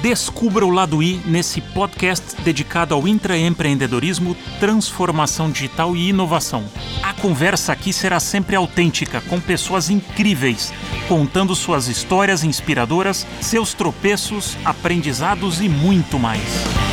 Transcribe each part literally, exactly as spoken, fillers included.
Descubra o Lado I nesse podcast dedicado ao intraempreendedorismo, transformação digital e inovação. A conversa aqui será sempre autêntica, com pessoas incríveis, contando suas histórias inspiradoras, seus tropeços, aprendizados e muito mais.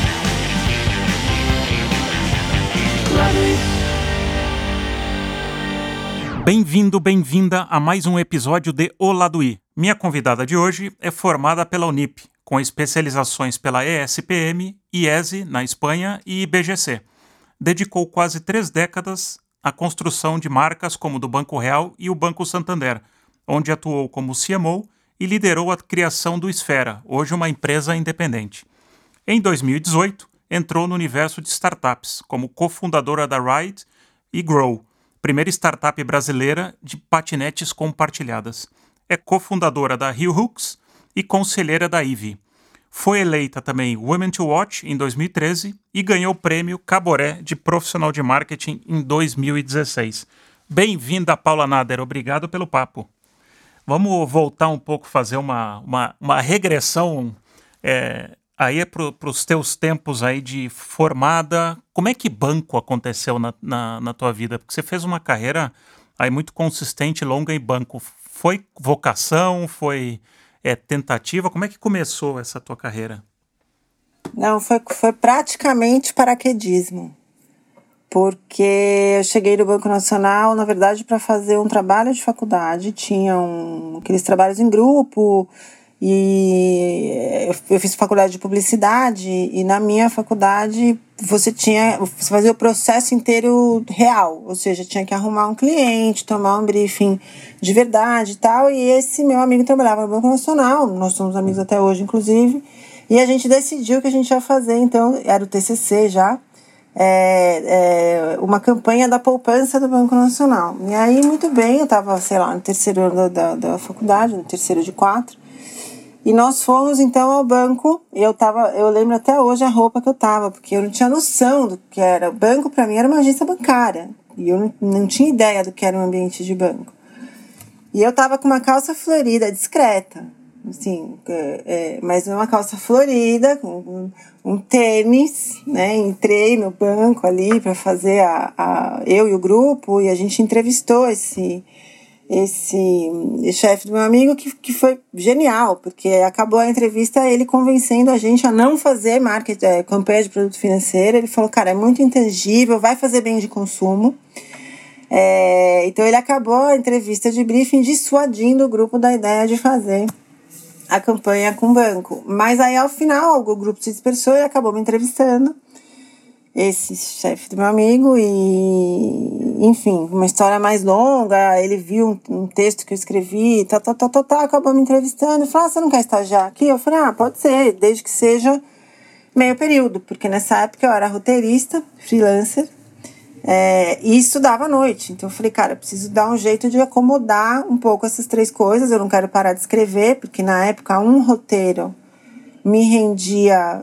Bem-vindo, bem-vinda a mais um episódio de O Lado I. Minha convidada de hoje é formada pela Unip, com especializações pela E S P M, I E S E na Espanha e I B G C. Dedicou quase três décadas à construção de marcas como do Banco Real e o Banco Santander, onde atuou como C M O e liderou a criação do Esfera, hoje uma empresa independente. Em dois mil e dezoito, entrou no universo de startups, como cofundadora da Ride e Grow, primeira startup brasileira de patinetes compartilhadas. É cofundadora da Hill Hooks e conselheira da I V E. Foi eleita também Women to Watch em dois mil e treze e ganhou o prêmio Caboré de Profissional de Marketing em dois mil e dezesseis. Bem-vinda, Paula Nader. Obrigado pelo papo. Vamos voltar um pouco, fazer uma, uma, uma regressão é, aí para os teus tempos aí de formada. Como é que banco aconteceu na, na, na tua vida? Porque você fez uma carreira aí muito consistente, longa em banco. Foi vocação? Foi é, tentativa? Como é que começou essa tua carreira? Não, foi, foi praticamente paraquedismo. Porque eu cheguei no Banco Nacional, na verdade, para fazer um trabalho de faculdade. Tinham aqueles trabalhos em grupo. E eu fiz faculdade de publicidade e na minha faculdade você tinha, você fazia o processo inteiro real, ou seja, tinha que arrumar um cliente, tomar um briefing de verdade e tal, e esse meu amigo trabalhava no Banco Nacional, nós somos amigos até hoje inclusive, e a gente decidiu que a gente ia fazer, então, era o T C C já, é, é, uma campanha da poupança do Banco Nacional. E aí, muito bem, eu estava, sei lá, no terceiro ano da, da faculdade, no terceiro de quatro. E nós fomos, então, ao banco, e eu tava, eu lembro até hoje a roupa que eu tava, porque eu não tinha noção do que era. O banco, para mim, era uma agência bancária, e eu não, não tinha ideia do que era um ambiente de banco. E eu tava com uma calça florida, discreta, assim, é, é, mas uma calça florida, com um, um tênis, né? Entrei no banco ali para fazer a, a... eu e o grupo, e a gente entrevistou esse... esse chefe do meu amigo que, que foi genial, porque acabou a entrevista ele convencendo a gente a não fazer marketing, é, campanha de produto financeiro. Ele falou, cara, é muito intangível, vai fazer bem de consumo. É, então ele acabou a entrevista de briefing dissuadindo o grupo da ideia de fazer a campanha com o banco. Mas aí ao final o grupo se dispersou e acabou me entrevistando, esse chefe do meu amigo, e enfim, uma história mais longa. Ele viu um, um texto que eu escrevi, tá, tá, tá, tá, tá, acabou me entrevistando e falou, ah, você não quer estagiar aqui? Eu falei, ah, pode ser, desde que seja meio período, porque nessa época eu era roteirista, freelancer, é, e estudava à noite. Então eu falei, cara, eu preciso dar um jeito de acomodar um pouco essas três coisas. Eu não quero parar de escrever, porque na época um roteiro me rendia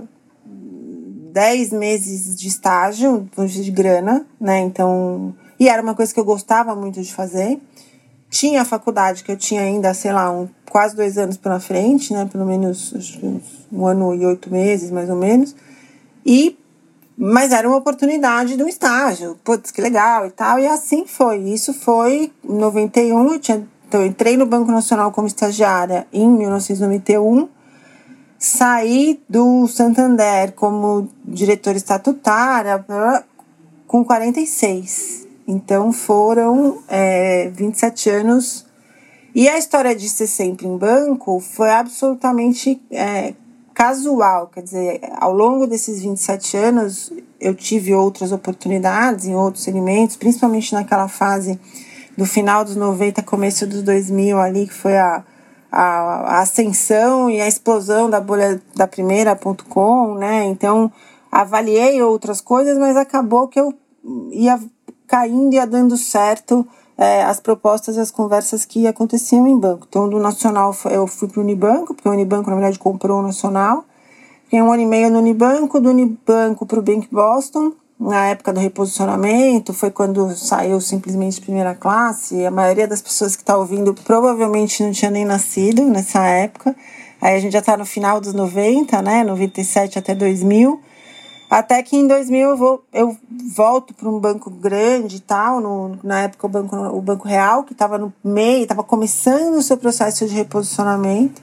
dez meses de estágio, de grana, né, então... E era uma coisa que eu gostava muito de fazer. Tinha a faculdade, que eu tinha ainda, sei lá, um, quase dois anos pela frente, né, pelo menos acho que uns, um ano e oito meses, mais ou menos. E... Mas era uma oportunidade de um estágio. Putz, que legal e tal. E assim foi. Isso foi em noventa e um. Eu tinha, então, eu entrei no Banco Nacional como estagiária em mil novecentos e noventa e um. Saí do Santander como diretora estatutária com quarenta e seis. Então foram é, vinte e sete anos. E a história de ser sempre em banco foi absolutamente é, casual. Quer dizer, ao longo desses vinte e sete anos eu tive outras oportunidades em outros segmentos, principalmente naquela fase do final dos noventa, começo dos dois mil ali, que foi a a ascensão e a explosão da bolha da primeira ponto com, né? Então, avaliei outras coisas, mas acabou que eu ia caindo e ia dando certo é, as propostas e as conversas que aconteciam em banco. Então, do Nacional, eu fui para o Unibanco, porque o Unibanco, na verdade, comprou o Nacional. Fiquei um ano e meio no Unibanco, do Unibanco para o Bank Boston, na época do reposicionamento, foi quando saiu simplesmente primeira classe. A maioria das pessoas que está ouvindo provavelmente não tinha nem nascido nessa época. Aí a gente já está no final dos noventa, né? noventa e sete até dois mil. Até que em dois mil eu, vou, eu volto para um banco grande e tal. No, na época o Banco, o Banco Real, que estava no meio, estava começando o seu processo de reposicionamento.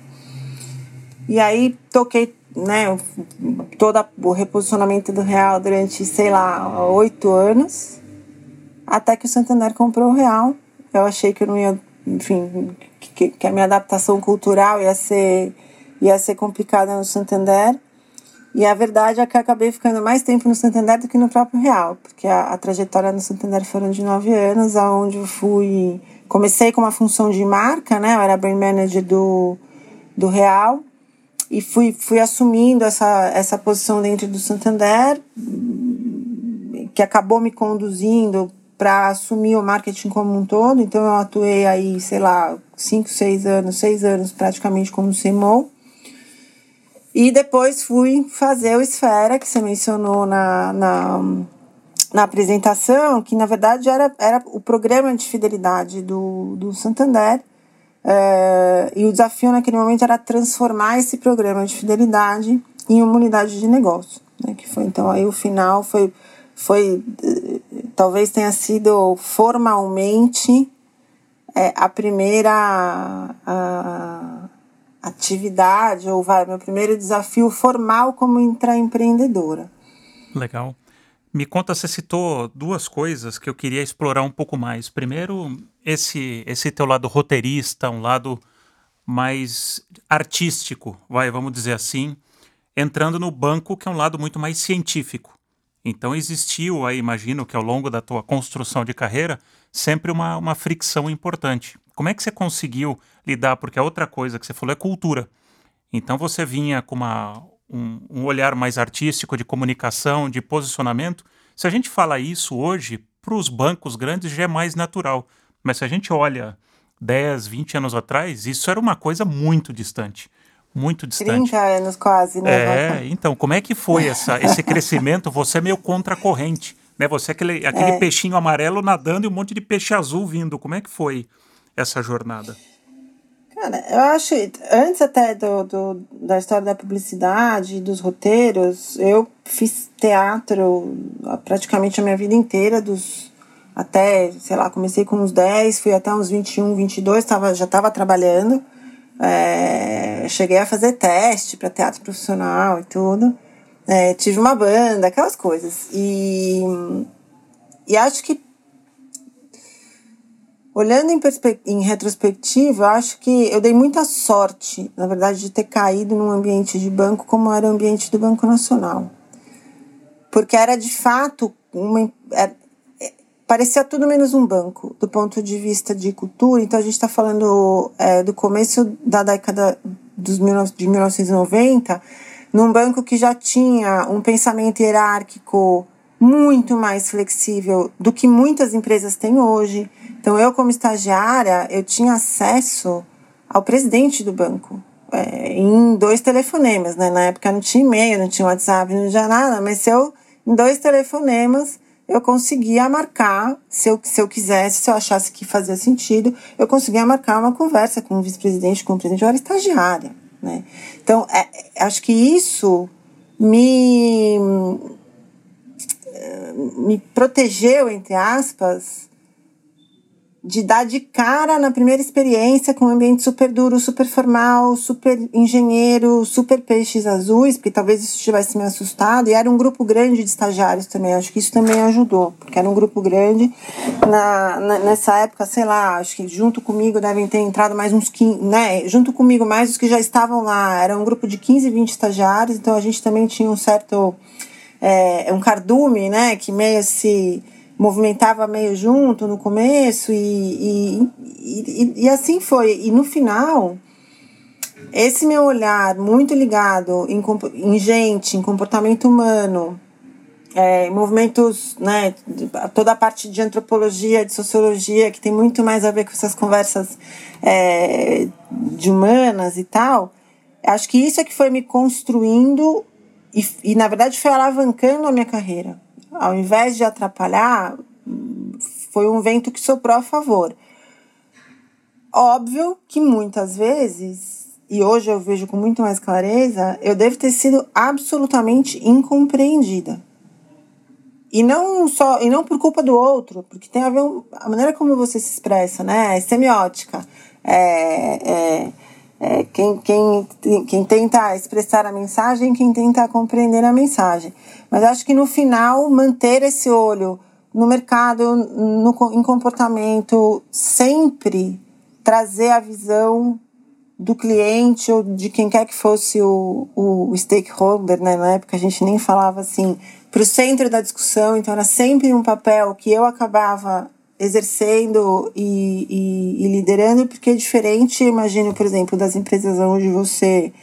E aí toquei, né, todo o reposicionamento do Real durante, sei lá, oito anos. Até que o Santander comprou o Real. Eu achei que eu não ia, enfim, que, que a minha adaptação cultural ia ser, ia ser complicada no Santander. E a verdade é que eu acabei ficando mais tempo no Santander do que no próprio Real, porque a, a trajetória no Santander foram de nove anos, onde eu fui... Comecei com uma função de marca, né? Eu era brand manager do, do Real, e fui, fui assumindo essa, essa posição dentro do Santander, que acabou me conduzindo para assumir o marketing como um todo. Então eu atuei aí, sei lá, cinco, seis anos, seis anos praticamente como C M O. E depois fui fazer o Esfera, que você mencionou na, na, na apresentação, que na verdade era, era o programa de fidelidade do, do Santander. É, e o desafio naquele momento era transformar esse programa de fidelidade em uma unidade de negócio, né? Que foi, então aí o final foi, foi talvez tenha sido formalmente é, a primeira... A, atividade, ou vai, meu primeiro desafio formal como intraempreendedora. Legal. Me conta, você citou duas coisas que eu queria explorar um pouco mais. Primeiro, esse, esse teu lado roteirista, um lado mais artístico, vai, vamos dizer assim, entrando no banco, que é um lado muito mais científico. Então existiu, aí imagino que ao longo da tua construção de carreira, sempre uma, uma fricção importante. Como é que você conseguiu lidar? Porque a outra coisa que você falou é cultura. Então você vinha com uma, um, um olhar mais artístico, de comunicação, de posicionamento. Se a gente fala isso hoje, para os bancos grandes já é mais natural. Mas se a gente olha dez, vinte anos atrás, isso era uma coisa muito distante. Muito distante. trinta anos quase, né? É, então, como é que foi essa, esse crescimento? Você é meio contra a corrente, né? Você é aquele, aquele É. peixinho amarelo nadando e um monte de peixe azul vindo. Como é que foi essa jornada? Cara, eu acho, antes até do, do, da história da publicidade, dos roteiros, eu fiz teatro praticamente a minha vida inteira, dos até, sei lá, comecei com uns dez, fui até uns vinte e um, vinte e dois, tava, já estava trabalhando. É, cheguei a fazer teste para teatro profissional e tudo. É, tive uma banda, aquelas coisas. E, e acho que, olhando em, perspe- em retrospectiva, eu acho que eu dei muita sorte, na verdade, de ter caído num ambiente de banco como era o ambiente do Banco Nacional. Porque era, de fato, uma... Era, parecia tudo menos um banco, do ponto de vista de cultura. Então, a gente está falando é, do começo da década dos mil, de mil novecentos e noventa, num banco que já tinha um pensamento hierárquico muito mais flexível do que muitas empresas têm hoje. Então, eu, como estagiária, eu tinha acesso ao presidente do banco, é, em dois telefonemas, né? Na época não tinha e-mail, não tinha WhatsApp, não tinha nada, mas se eu, em dois telefonemas, eu conseguia marcar, se eu, se eu quisesse, se eu achasse que fazia sentido, eu conseguia marcar uma conversa com o vice-presidente, com o presidente. Eu era estagiária, né? Então, é, acho que isso me, me protegeu, entre aspas, de dar de cara na primeira experiência com um ambiente super duro, super formal, super engenheiro, super peixes azuis, porque talvez isso tivesse me assustado. E era um grupo grande de estagiários também, acho que isso também ajudou, porque era um grupo grande. Na, na, nessa época, sei lá, acho que junto comigo devem ter entrado mais uns quinze, né? Junto comigo mais os que já estavam lá. Era um grupo de quinze, vinte estagiários, então a gente também tinha um certo... É, um cardume, né? Que meio se... movimentava meio junto no começo e, e, e, e assim foi. E no final, esse meu olhar muito ligado em, em gente, em comportamento humano, é, movimentos, né, toda a parte de antropologia, de sociologia, que tem muito mais a ver com essas conversas é, de humanas e tal, acho que isso é que foi me construindo e, e na verdade foi alavancando a minha carreira. Ao invés de atrapalhar, foi um vento que soprou a favor. Óbvio que muitas vezes e hoje eu vejo com muito mais clareza, eu devo ter sido absolutamente incompreendida. E não só, e não por culpa do outro, porque tem a ver com a maneira como você se expressa, né? É semiótica. É, é, é quem, quem, quem tenta expressar a mensagem, quem tenta compreender a mensagem. Mas acho que no final, manter esse olho no mercado, no, em comportamento, sempre trazer a visão do cliente ou de quem quer que fosse o, o stakeholder, né? Na época a gente nem falava assim, para o centro da discussão, então era sempre um papel que eu acabava exercendo e, e, e liderando, porque é diferente, imagino, por exemplo, das empresas onde você,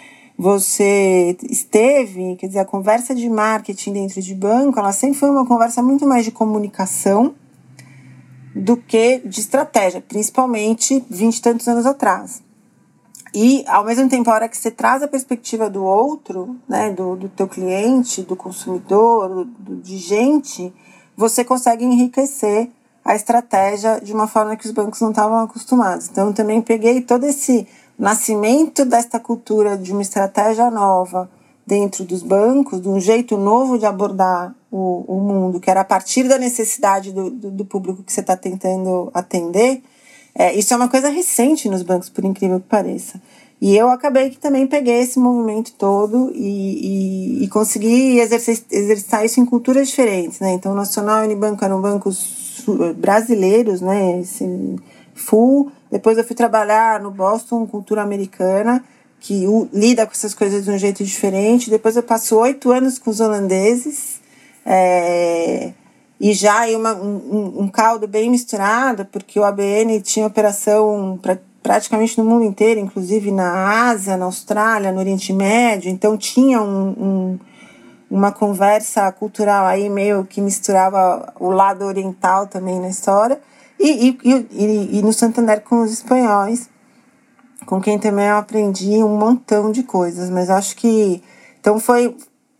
você esteve, quer dizer, a conversa de marketing dentro de banco, ela sempre foi uma conversa muito mais de comunicação do que de estratégia, principalmente vinte e tantos anos atrás. E, ao mesmo tempo, a hora que você traz a perspectiva do outro, né, do, do teu cliente, do consumidor, do, de gente, você consegue enriquecer a estratégia de uma forma que os bancos não estavam acostumados. Então, eu também peguei todo esse nascimento desta cultura de uma estratégia nova dentro dos bancos, de um jeito novo de abordar o, o mundo, que era a partir da necessidade do, do, do público que você está tentando atender. É, isso é uma coisa recente nos bancos, por incrível que pareça. E eu acabei que também peguei esse movimento todo e, e, e consegui exercer, exercitar isso em culturas diferentes, né? Então, o Nacional e Unibanco eram bancos brasileiros, né? Esse full. Depois eu fui trabalhar no Boston, cultura americana, que o, lida com essas coisas de um jeito diferente. Depois eu passo oito anos com os holandeses, é... E já aí uma, um, um caldo bem misturado, porque o A B N tinha operação pra, praticamente no mundo inteiro, inclusive na Ásia, na Austrália, no Oriente Médio. Então tinha um, um, uma conversa cultural aí meio que misturava o lado oriental também na história. E, e, e, e no Santander com os espanhóis, com quem também eu aprendi um montão de coisas. Mas acho que... Então foi,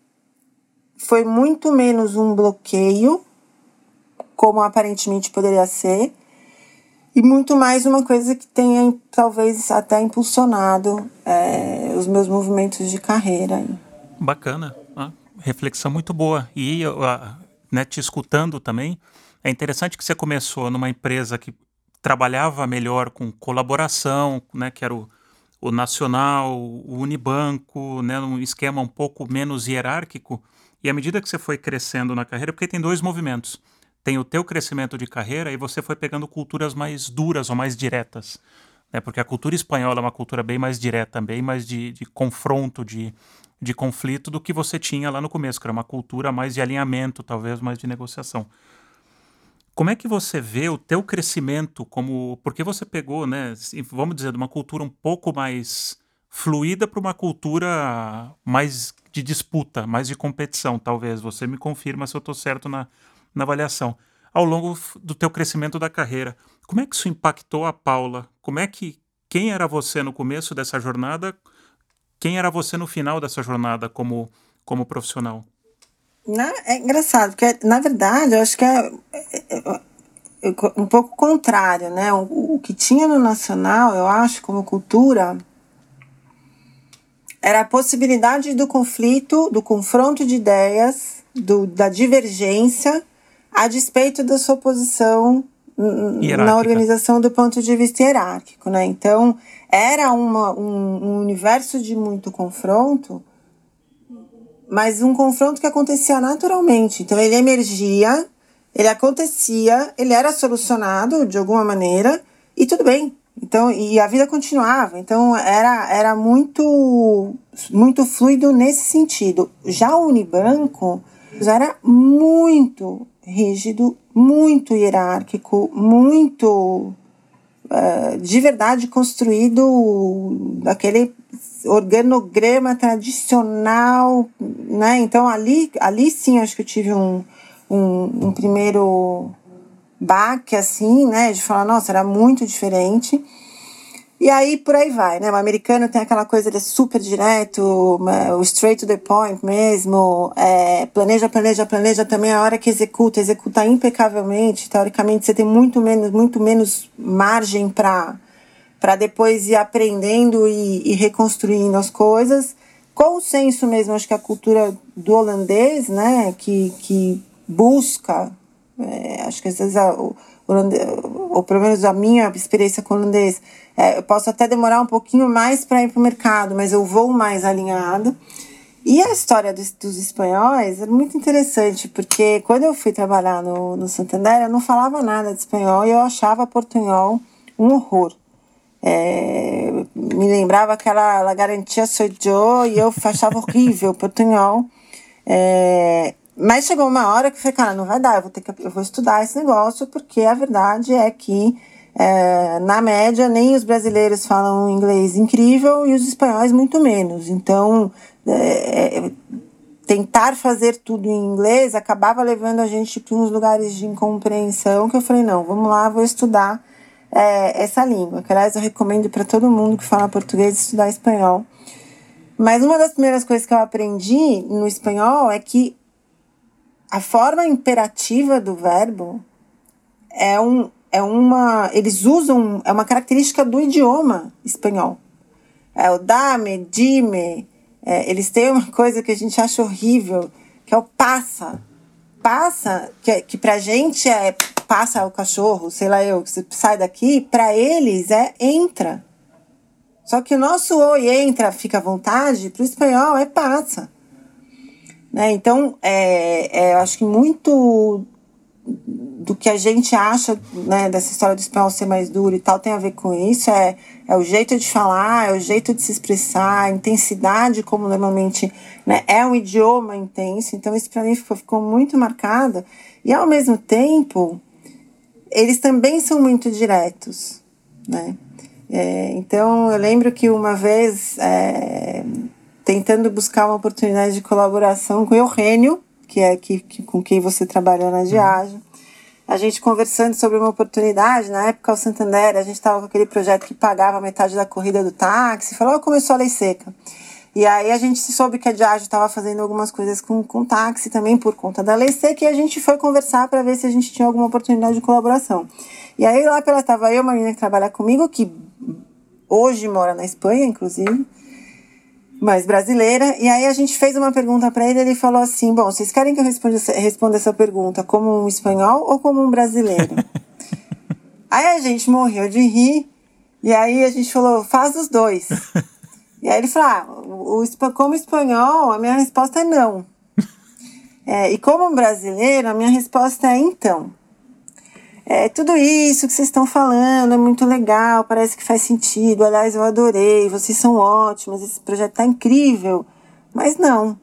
foi muito menos um bloqueio, como aparentemente poderia ser, e muito mais uma coisa que tenha, talvez, até impulsionado é, os meus movimentos de carreira. Bacana, ah, reflexão muito boa. E uh, né, te escutando também, é interessante que você começou numa empresa que trabalhava melhor com colaboração, né, que era o, o Nacional, o Unibanco, né, um esquema um pouco menos hierárquico, e à medida que você foi crescendo na carreira, porque tem dois movimentos. Tem o teu crescimento de carreira e você foi pegando culturas mais duras ou mais diretas, né? Porque a cultura espanhola é uma cultura bem mais direta, bem mais de, de confronto, de, de conflito do que você tinha lá no começo, que era uma cultura mais de alinhamento, talvez mais de negociação. Como é que você vê o teu crescimento como... Porque você pegou, né, vamos dizer, de uma cultura um pouco mais fluida para uma cultura mais de disputa, mais de competição, talvez. Você me confirma se eu estou certo na... na avaliação, ao longo do teu crescimento da carreira. Como é que isso impactou a Paula? Como é que, quem era você no começo dessa jornada, quem era você no final dessa jornada como, como profissional? Na, é engraçado, porque, na verdade, eu acho que é, é, é, é um pouco contrário, né? O, o que tinha no Nacional, eu acho, como cultura, era a possibilidade do conflito, do confronto de ideias, do, da divergência, a despeito da sua posição hierárquica na organização do ponto de vista hierárquico, né? Então, era uma, um, um universo de muito confronto, mas um confronto que acontecia naturalmente. Então, ele emergia, ele acontecia, ele era solucionado de alguma maneira, e tudo bem. Então, e a vida continuava. Então, era, era muito, muito fluido nesse sentido. Já o Unibanco era muito rígido, muito hierárquico, muito uh, de verdade construído daquele organograma tradicional, né? Então ali, ali sim acho que eu tive um, um, um primeiro baque assim, né? De falar, nossa, era muito diferente. E aí, por aí vai, né? O americano tem aquela coisa, ele é super direto, o straight to the point mesmo, é, planeja, planeja, planeja também, a hora que executa, executa impecavelmente, teoricamente você tem muito menos, muito menos margem para para depois ir aprendendo e, e reconstruindo as coisas, com o senso mesmo, acho que a cultura do holandês, né, que, que busca, é, acho que às vezes, a, o holandês, ou pelo menos a minha experiência com o holandês, é, eu posso até demorar um pouquinho mais para ir para o mercado, mas eu vou mais alinhada. E a história dos, dos espanhóis é muito interessante, porque quando eu fui trabalhar no, no Santander, eu não falava nada de espanhol e eu achava portunhol um horror. É, me lembrava aquela La Garantia Soy Yo e eu achava horrível portunhol. É, mas chegou uma hora que eu falei, cara, não vai dar, eu vou, ter que, eu vou estudar esse negócio, porque a verdade é que, é, na média, nem os brasileiros falam inglês incrível e os espanhóis muito menos. Então, é, tentar fazer tudo em inglês acabava levando a gente para uns lugares de incompreensão, que eu falei, não, vamos lá, vou estudar é, essa língua, que aliás eu recomendo para todo mundo que fala português estudar espanhol. Mas uma das primeiras coisas que eu aprendi no espanhol é que a forma imperativa do verbo é, um, é uma... Eles usam... É uma característica do idioma espanhol. É o dame, dime. É, eles têm uma coisa que a gente acha horrível, que é o passa. Passa, que, que pra gente é passa o cachorro, sei lá eu, que você sai daqui, pra eles é entra. Só que o nosso oi, entra, fica à vontade, pro espanhol é passa. Né? Então, é, é, eu acho que muito do que a gente acha, né, dessa história do espanhol ser mais duro e tal, tem a ver com isso, é, é o jeito de falar, é o jeito de se expressar, a intensidade, como normalmente, né, é um idioma intenso. Então isso para mim ficou, ficou muito marcado, e ao mesmo tempo eles também são muito diretos, né? É, então eu lembro que uma vez, é, tentando buscar uma oportunidade de colaboração com o Eugênio, que é que, que, com quem você trabalhou na Diageo, a gente conversando sobre uma oportunidade, na época o Santander, a gente estava com aquele projeto que pagava metade da corrida do táxi, falou, oh, começou a lei seca. E aí a gente soube que a Diageo estava fazendo algumas coisas com, com táxi também por conta da lei seca, e a gente foi conversar para ver se a gente tinha alguma oportunidade de colaboração. E aí lá pela estava eu, uma menina que trabalha comigo, que hoje mora na Espanha, inclusive, mas brasileira, e aí a gente fez uma pergunta para ele, ele falou assim, bom, vocês querem que eu responda, responda essa pergunta como um espanhol ou como um brasileiro? Aí a gente morreu de rir, e aí a gente falou, faz os dois. E aí ele falou, ah, o, o, como espanhol, a minha resposta é não. É, e como brasileiro, a minha resposta é então. É, tudo isso que vocês estão falando é muito legal, parece que faz sentido, aliás, eu adorei, vocês são ótimos, esse projeto tá incrível, mas não.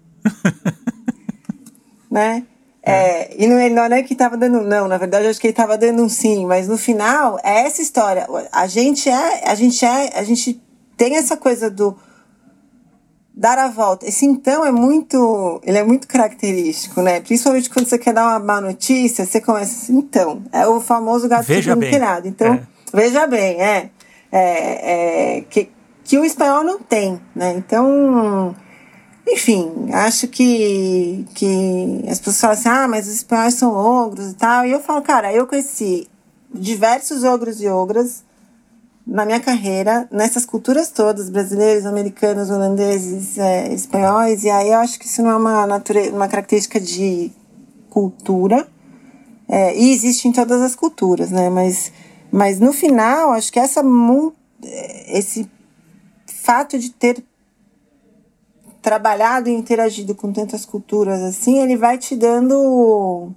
Né? É, e não, não é que tava dando não, na verdade eu acho que ele tava dando um sim, mas no final é essa história, a gente é, a gente é, a gente tem essa coisa do dar a volta. Esse então é muito, ele é muito característico, né? Principalmente quando você quer dar uma má notícia, você começa assim, então, é o famoso gato veja no bem. telhado. Então, é. veja bem, é, é, é que, que o espanhol não tem, né? Então, enfim, acho que, que as pessoas falam assim, ah, mas os espanhóis são ogros e tal. E eu falo, cara, eu conheci diversos ogros e ogras na minha carreira, nessas culturas todas, brasileiros, americanos, holandeses, é, espanhóis, e aí eu acho que isso não é uma, nature... uma característica de cultura, é, e existe em todas as culturas, né, mas, mas no final, acho que essa, esse fato de ter trabalhado e interagido com tantas culturas assim, ele vai te dando...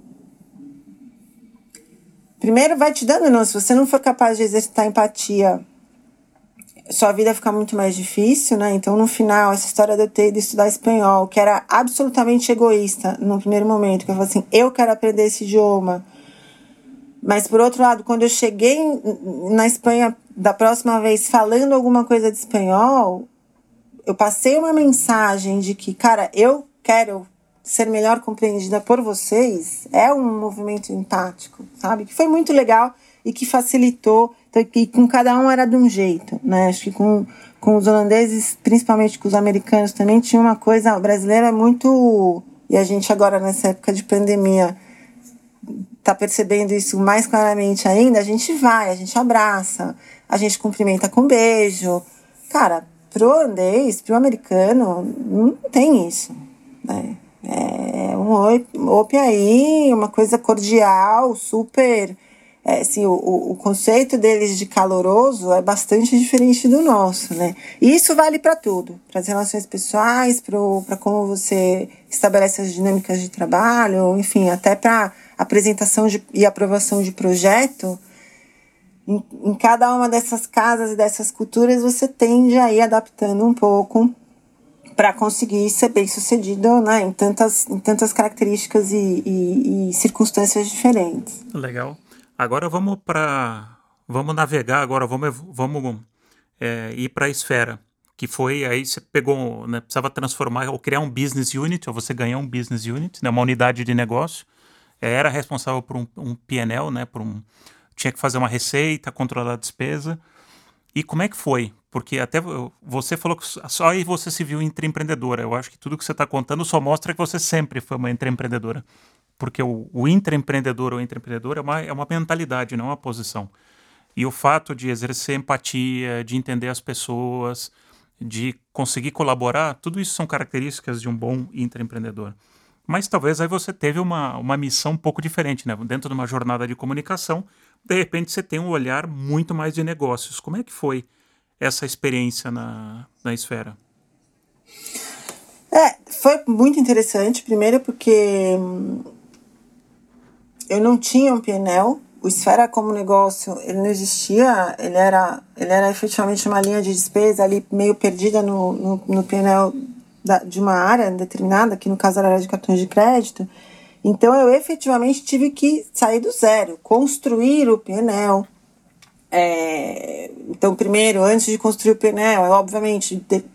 Primeiro vai te dando, não, se você não for capaz de exercitar empatia, sua vida fica muito mais difícil, né? Então, no final, essa história de eu ter ido estudar espanhol, que era absolutamente egoísta no primeiro momento, que eu falei assim, eu quero aprender esse idioma. Mas, por outro lado, quando eu cheguei na Espanha da próxima vez falando alguma coisa de espanhol, eu passei uma mensagem de que, cara, eu quero ser melhor compreendida por vocês, é um movimento empático, sabe? Que foi muito legal e que facilitou, então, que com cada um era de um jeito, né? Acho que com, com os holandeses, principalmente com os americanos também, tinha uma coisa, o brasileiro é muito, e a gente agora nessa época de pandemia tá percebendo isso mais claramente ainda, a gente vai, a gente abraça, a gente cumprimenta com beijo. Cara, pro holandês, pro americano, não tem isso, né? É um oi, ope aí, uma coisa cordial, super... É, assim, o, o conceito deles de caloroso é bastante diferente do nosso, né? E isso vale para tudo, para as relações pessoais, para como você estabelece as dinâmicas de trabalho, enfim, até para apresentação de, e aprovação de projeto. Em, em cada uma dessas casas e dessas culturas, você tende a ir adaptando um pouco para conseguir ser bem sucedido, né, em tantas, em tantas características e, e, e circunstâncias diferentes. Legal. Agora vamos para vamos navegar agora vamos vamos é, ir para a esfera, que foi aí você pegou, né, precisava transformar ou criar um business unit, ou você ganhou um business unit, né, uma unidade de negócio, é, era responsável por um, um P and L, né, por um tinha que fazer uma receita, controlar a despesa. E como é que foi? Porque até você falou que só aí você se viu intraempreendedora. Eu acho que tudo que você está contando só mostra que você sempre foi uma intraempreendedora. Porque o, o intraempreendedor ou intraempreendedora é uma, é uma mentalidade, não é uma posição. E o fato de exercer empatia, de entender as pessoas, de conseguir colaborar, tudo isso são características de um bom intraempreendedor. Mas talvez aí você teve uma, uma missão um pouco diferente, né? Dentro de uma jornada de comunicação, de repente você tem um olhar muito mais de negócios. Como é que foi essa experiência na, na esfera? É, foi muito interessante, primeiro porque eu não tinha um P and L, o Esfera como negócio, ele não existia, ele era, ele era efetivamente uma linha de despesa ali meio perdida no, no, no P and L da, de uma área determinada, que no caso era a área de cartões de crédito. Então eu efetivamente tive que sair do zero, construir o P and L. É, então primeiro, antes de construir o P and L, é obviamente... De,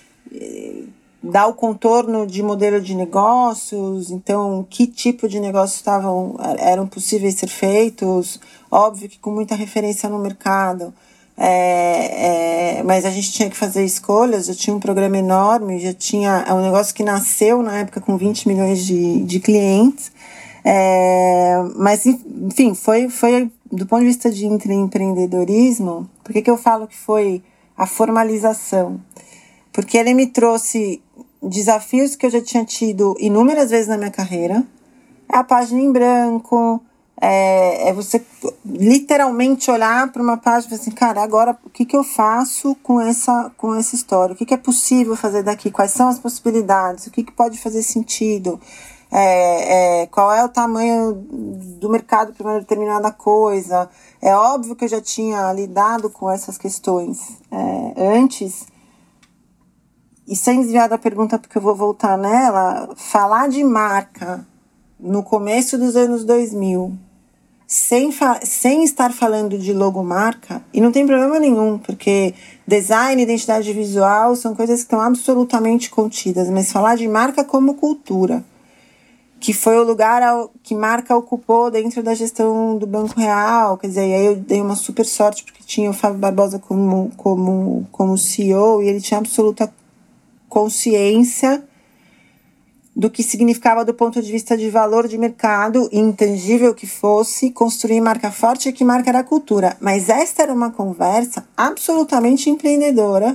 dar o contorno de modelo de negócios, então que tipo de negócios estavam, eram possíveis ser feitos, óbvio que com muita referência no mercado, é, é, mas a gente tinha que fazer escolhas, já tinha um programa enorme, já tinha, é um negócio que nasceu na época com vinte milhões de, de clientes, é, mas enfim, foi, foi do ponto de vista de empreendedorismo, por que que eu falo que foi a formalização? Porque ele me trouxe desafios que eu já tinha tido inúmeras vezes na minha carreira. É a página em branco, é, é você literalmente olhar para uma página e falar assim, cara, agora o que, que eu faço com essa, com essa história? O que, que é possível fazer daqui? Quais são as possibilidades? O que, que pode fazer sentido? É, é, qual é o tamanho do mercado para uma determinada coisa? É óbvio que eu já tinha lidado com essas questões é, antes. E sem desviar da pergunta, porque eu vou voltar nela, falar de marca no começo dos anos dois mil, sem, fa- sem estar falando de logomarca, e não tem problema nenhum, porque design e identidade visual são coisas que estão absolutamente contidas, mas falar de marca como cultura, que foi o lugar ao, que marca ocupou dentro da gestão do Banco Real, quer dizer, aí eu dei uma super sorte, porque tinha o Fábio Barbosa como, como, como C E O, e ele tinha absoluta consciência do que significava do ponto de vista de valor de mercado, intangível que fosse, construir marca forte e que marca era a cultura. Mas esta era uma conversa absolutamente empreendedora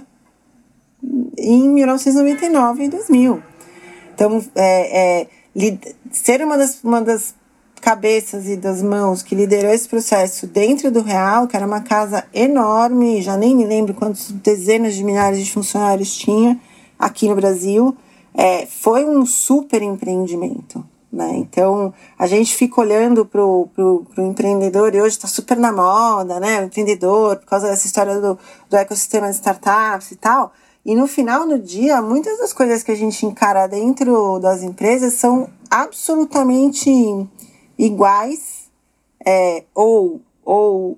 em mil novecentos e noventa e nove e dois mil. Então, é, é, ser uma das, uma das cabeças e das mãos que liderou esse processo dentro do Real, que era uma casa enorme, já nem me lembro quantas dezenas de milhares de funcionários tinha, aqui no Brasil, é, foi um super empreendimento, né? Então, a gente fica olhando pro, pro, pro empreendedor, e hoje está super na moda, né? O empreendedor, por causa dessa história do, do ecossistema de startups e tal. E no final do dia, muitas das coisas que a gente encara dentro das empresas são absolutamente iguais, é, ou, ou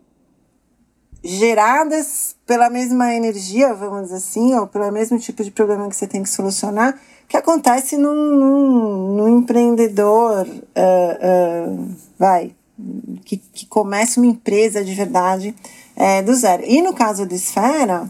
geradas pela mesma energia, vamos dizer assim, ou pelo mesmo tipo de problema que você tem que solucionar, que acontece num, num, num empreendedor, uh, uh, vai, que, que começa uma empresa de verdade é, do zero. E no caso do Esfera,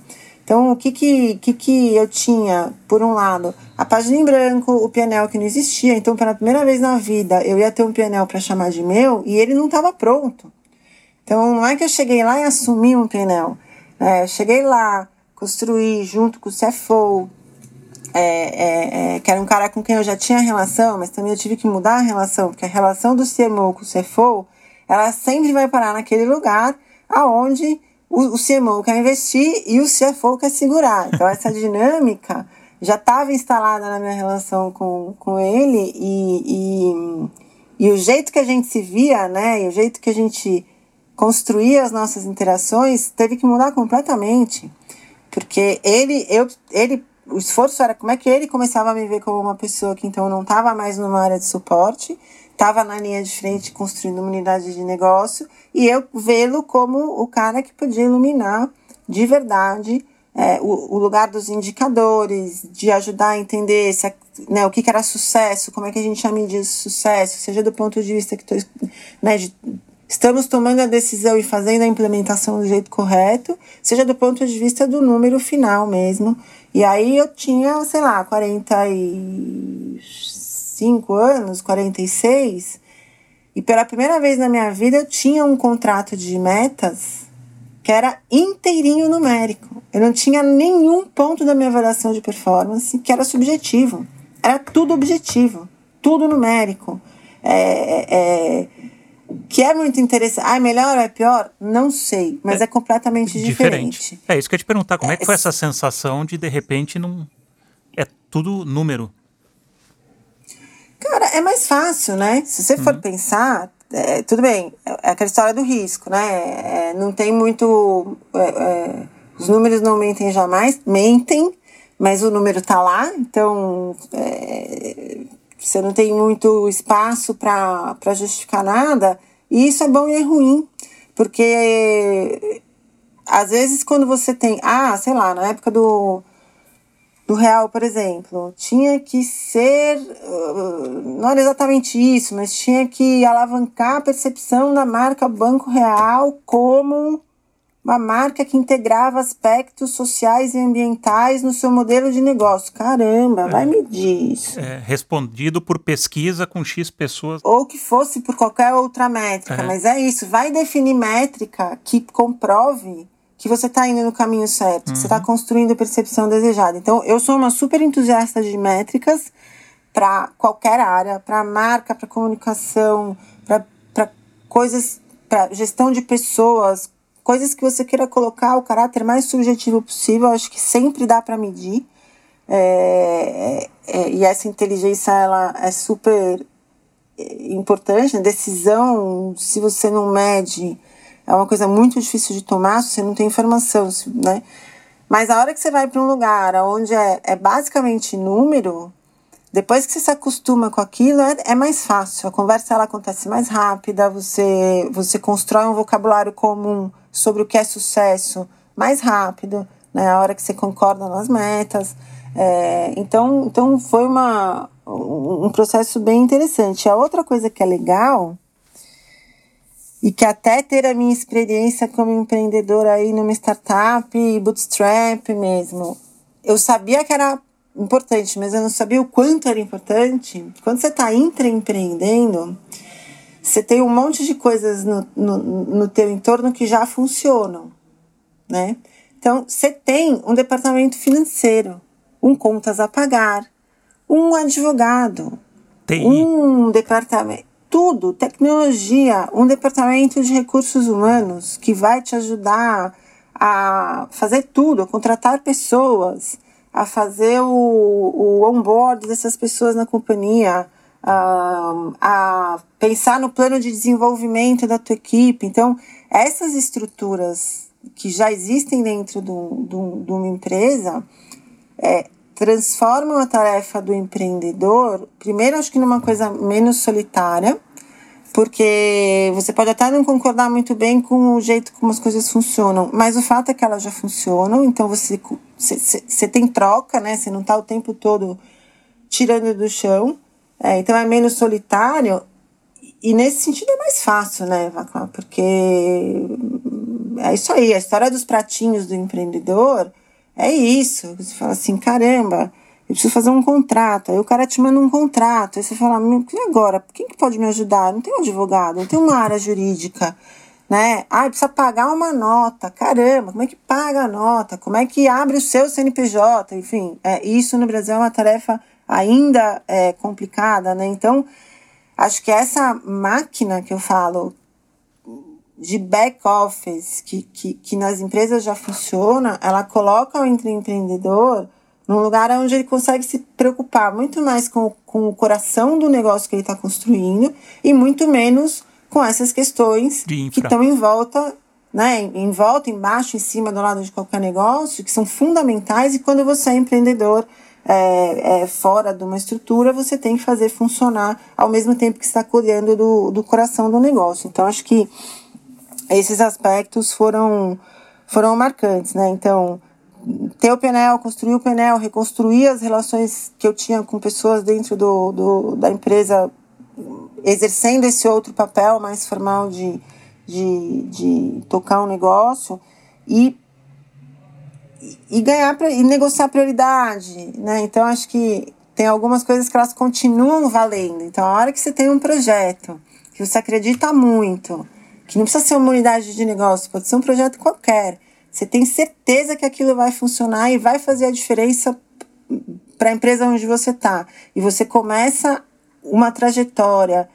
Então, o que que, que que eu tinha, por um lado, a página em branco, o painel que não existia. Então, pela primeira vez na vida, eu ia ter um painel para chamar de meu e ele não estava pronto. Então, não é que eu cheguei lá e assumi um painel. É, eu cheguei lá, construí junto com o C F O, é, é, é, que era um cara com quem eu já tinha relação, mas também eu tive que mudar a relação, porque a relação do C M O com o C F O, ela sempre vai parar naquele lugar aonde o, o C M O quer investir e o C F O quer segurar. Então, essa dinâmica já estava instalada na minha relação com, com ele e, e, e o jeito que a gente se via, né, e o jeito que a gente construía as nossas interações teve que mudar completamente. Porque ele, eu, ele, o esforço era como é que ele começava a me ver como uma pessoa que então não estava mais numa área de suporte, estava na linha de frente construindo uma unidade de negócio, e eu vê-lo como o cara que podia iluminar de verdade é, o, o lugar dos indicadores, de ajudar a entender se, né, o que, que era sucesso, como é que a gente medir esse sucesso, seja do ponto de vista que tô, né, de, estamos tomando a decisão e fazendo a implementação do jeito correto, seja do ponto de vista do número final mesmo. E aí eu tinha, sei lá, quarenta e cinco anos, quarenta e seis, e pela primeira vez na minha vida eu tinha um contrato de metas que era inteirinho numérico. Eu não tinha nenhum ponto da minha avaliação de performance que era subjetivo. Era tudo objetivo, tudo numérico. É... é que é muito interessante. Ah, é melhor ou é pior? Não sei, mas é, é completamente diferente. diferente. É isso que eu ia te perguntar, como é, é que foi essa sensação de, de repente, não é tudo número? Cara, é mais fácil, né? Se você uhum. for pensar, é, tudo bem, é aquela história do risco, né? É, não tem muito... É, é, os números não mentem jamais, mentem, mas o número tá lá, então... É, você não tem muito espaço para justificar nada, e isso é bom e é ruim, porque às vezes quando você tem, ah, sei lá, na época do, do real, por exemplo, tinha que ser, não era exatamente isso, mas tinha que alavancar a percepção da marca Banco Real como uma marca que integrava aspectos sociais e ambientais no seu modelo de negócio. Caramba, é, vai medir isso. É, respondido por pesquisa com X pessoas. Ou que fosse por qualquer outra métrica, é. Mas é isso, vai definir métrica que comprove que você está indo no caminho certo, uhum. que você está construindo a percepção desejada. Então, eu sou uma super entusiasta de métricas para qualquer área, para marca, para comunicação, para coisas, para gestão de pessoas, coisas que você queira colocar o caráter mais subjetivo possível, acho que sempre dá para medir. É, é, e essa inteligência, ela é super importante, né? Decisão, se você não mede, é uma coisa muito difícil de tomar, se você não tem informação, né? Mas a hora que você vai para um lugar onde é, é basicamente número, depois que você se acostuma com aquilo, é, é mais fácil. A conversa ela acontece mais rápida, você, você constrói um vocabulário comum sobre o que é sucesso mais rápido, né? A hora que você concorda nas metas. É, então, então foi uma, um processo bem interessante. A outra coisa que é legal, e que até ter a minha experiência como empreendedora aí numa startup, bootstrap mesmo, eu sabia que era importante, mas eu não sabia o quanto era importante. Quando você está intraempreendendo, você tem um monte de coisas no, no, no teu entorno que já funcionam, né? Então, você tem um departamento financeiro, um contas a pagar, um advogado, T I. um departamento, tudo, tecnologia, um departamento de recursos humanos que vai te ajudar a fazer tudo, a contratar pessoas, a fazer o, o onboard dessas pessoas na companhia, a, a pensar no plano de desenvolvimento da tua equipe. Então, essas estruturas que já existem dentro do, do, de uma empresa é, transformam a tarefa do empreendedor, primeiro, acho que numa coisa menos solitária, porque você pode até não concordar muito bem com o jeito como as coisas funcionam, mas o fato é que elas já funcionam, então você, você, você tem troca, né? Você não está o tempo todo tirando do chão, é, então é menos solitário, e nesse sentido é mais fácil, né, Vacla? Porque é isso aí, a história dos pratinhos do empreendedor é isso. Você fala assim, caramba, eu preciso fazer um contrato. Aí o cara te manda um contrato. Aí você fala, e agora? Quem que pode me ajudar? Não tem um advogado, não tem uma área jurídica, né? Ah, precisa pagar uma nota. Caramba, como é que paga a nota? Como é que abre o seu C N P J? Enfim, é, isso no Brasil é uma tarefa ainda é, complicada, né? Então, acho que essa máquina que eu falo de back-office, que, que, que nas empresas já funciona, ela coloca o empreendedor num lugar onde ele consegue se preocupar muito mais com, com o coração do negócio que ele está construindo e muito menos com essas questões que estão em volta, né, em volta, embaixo, em cima, do lado de qualquer negócio, que são fundamentais, e quando você é empreendedor é, é, fora de uma estrutura, você tem que fazer funcionar ao mesmo tempo que está cuidando do, do coração do negócio. Então, acho que esses aspectos foram, foram marcantes, né? Então, ter o painel, construir o painel, reconstruir as relações que eu tinha com pessoas dentro do, do, da empresa, exercendo esse outro papel mais formal de, de, de tocar um negócio e, e ganhar e negociar prioridade, né? Então, acho que tem algumas coisas que elas continuam valendo. Então, a hora que você tem um projeto que você acredita muito, que não precisa ser uma unidade de negócio, pode ser um projeto qualquer. Você tem certeza que aquilo vai funcionar e vai fazer a diferença para a empresa onde você está. E você começa uma trajetória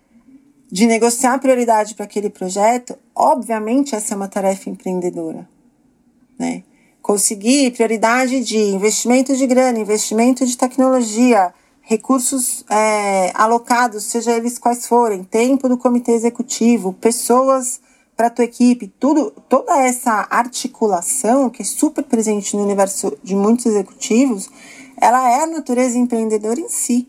de negociar prioridade para aquele projeto, obviamente essa é uma tarefa empreendedora, né? Conseguir prioridade de investimento de grana, investimento de tecnologia, recursos é, alocados, seja eles quais forem, tempo do comitê executivo, pessoas para a tua equipe, tudo, toda essa articulação que é super presente no universo de muitos executivos, ela é a natureza empreendedora em si,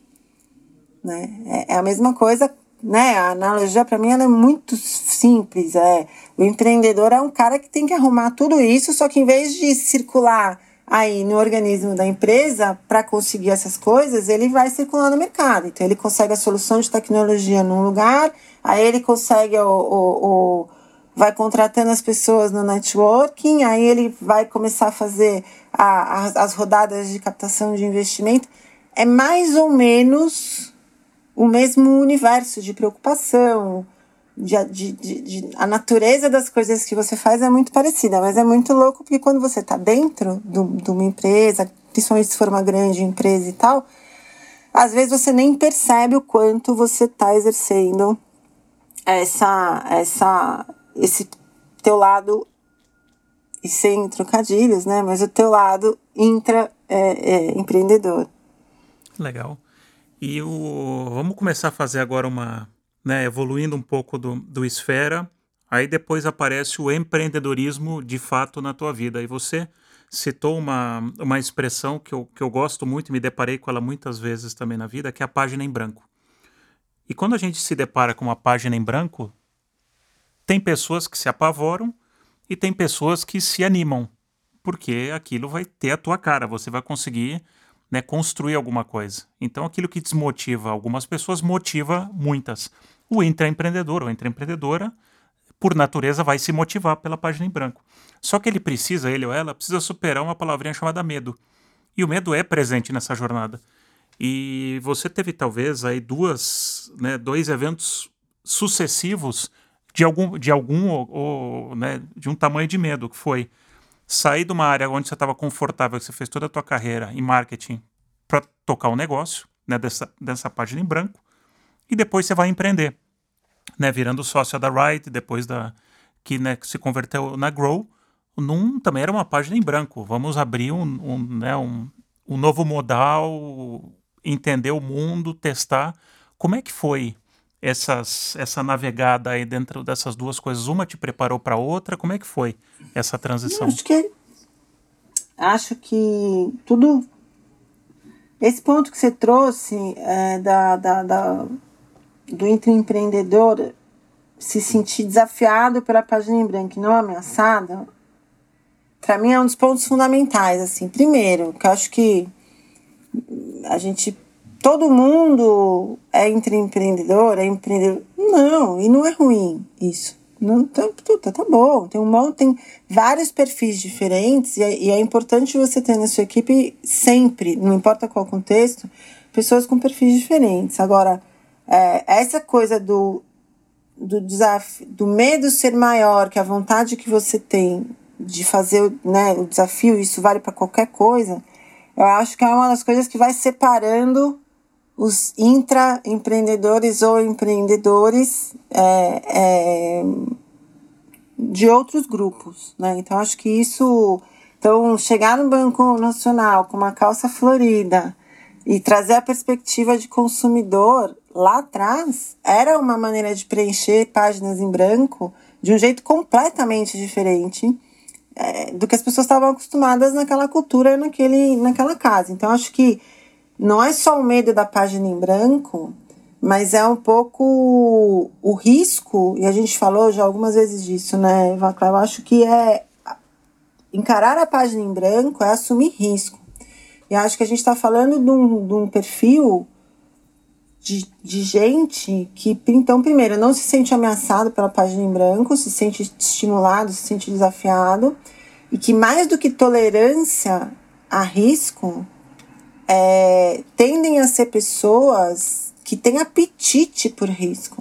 né? É, é a mesma coisa, né? A analogia para mim ela é muito simples. É, o empreendedor é um cara que tem que arrumar tudo isso, só que em vez de circular aí no organismo da empresa para conseguir essas coisas, ele vai circular no mercado. Então, ele consegue a solução de tecnologia num lugar, aí ele consegue o, o, o vai contratando as pessoas no networking, aí ele vai começar a fazer a, a, as rodadas de captação de investimento. É mais ou menos o mesmo universo de preocupação, De, de, de, de, a natureza das coisas que você faz é muito parecida, mas é muito louco porque quando você está dentro do, de uma empresa, principalmente se for uma grande empresa e tal, às vezes você nem percebe o quanto você está exercendo essa, essa, esse teu lado, e sem trocadilhos, né? Mas o teu lado intra é, é, empreendedor. Legal. E o, vamos começar a fazer agora uma... Né, evoluindo um pouco do, do Esfera, aí depois aparece o empreendedorismo de fato na tua vida. E você citou uma, uma expressão que eu, que eu gosto muito, me deparei com ela muitas vezes também na vida, que é a página em branco. E quando a gente se depara com uma página em branco, tem pessoas que se apavoram e tem pessoas que se animam, porque aquilo vai ter a tua cara, você vai conseguir, né, construir alguma coisa. Então aquilo que desmotiva algumas pessoas motiva muitas. O intraempreendedor ou intraempreendedora, por natureza, vai se motivar pela página em branco. Só que ele precisa, ele ou ela, precisa superar uma palavrinha chamada medo. E o medo é presente nessa jornada. E você teve talvez aí duas, né, dois eventos sucessivos de algum, de algum ou, ou, né, de um tamanho de medo, que foi sair de uma área onde você estava confortável, que você fez toda a tua carreira em marketing para tocar um negócio, né, dessa, dessa página em branco, e depois você vai empreender, né, virando sócio da Ride, depois da que, né, que se converteu na Grow, num, também era uma página em branco. Vamos abrir um, um, né, um, um novo modal, entender o mundo, testar. Como é que foi essas, essa navegada aí dentro dessas duas coisas? Uma te preparou para outra? Como é que foi essa transição? Eu acho que acho que tudo esse ponto que você trouxe é, da, da, da, do intraempreendedor se sentir desafiado pela página em branco e não ameaçado, para mim é um dos pontos fundamentais. Assim, primeiro, que eu acho que a gente, todo mundo é intraempreendedor, é empreendedor. Não, e não é ruim isso. Não, tá, tá, tá bom. Tem um monte, tem vários perfis diferentes, e é, e é importante você ter na sua equipe sempre, não importa qual contexto, pessoas com perfis diferentes. Agora, é, essa coisa do, do desafio, do medo ser maior que a vontade que você tem de fazer, né, o desafio, isso vale para qualquer coisa, eu acho que é uma das coisas que vai separando os intraempreendedores ou empreendedores é, é, de outros grupos, né? Então, acho que isso... Então, chegar no Banco Nacional com uma calça florida e trazer a perspectiva de consumidor lá atrás era uma maneira de preencher páginas em branco de um jeito completamente diferente é, do que as pessoas estavam acostumadas naquela cultura, naquele, naquela casa. Então, acho que não é só o medo da página em branco, mas é um pouco o risco, e a gente falou já algumas vezes disso, né, Vacla? Eu acho que é encarar a página em branco é assumir risco. E acho que a gente está falando de um, de um perfil de, de gente que, então, primeiro, não se sente ameaçado pela página em branco, se sente estimulado, se sente desafiado, e que mais do que tolerância a risco, É, tendem a ser pessoas que têm apetite por risco.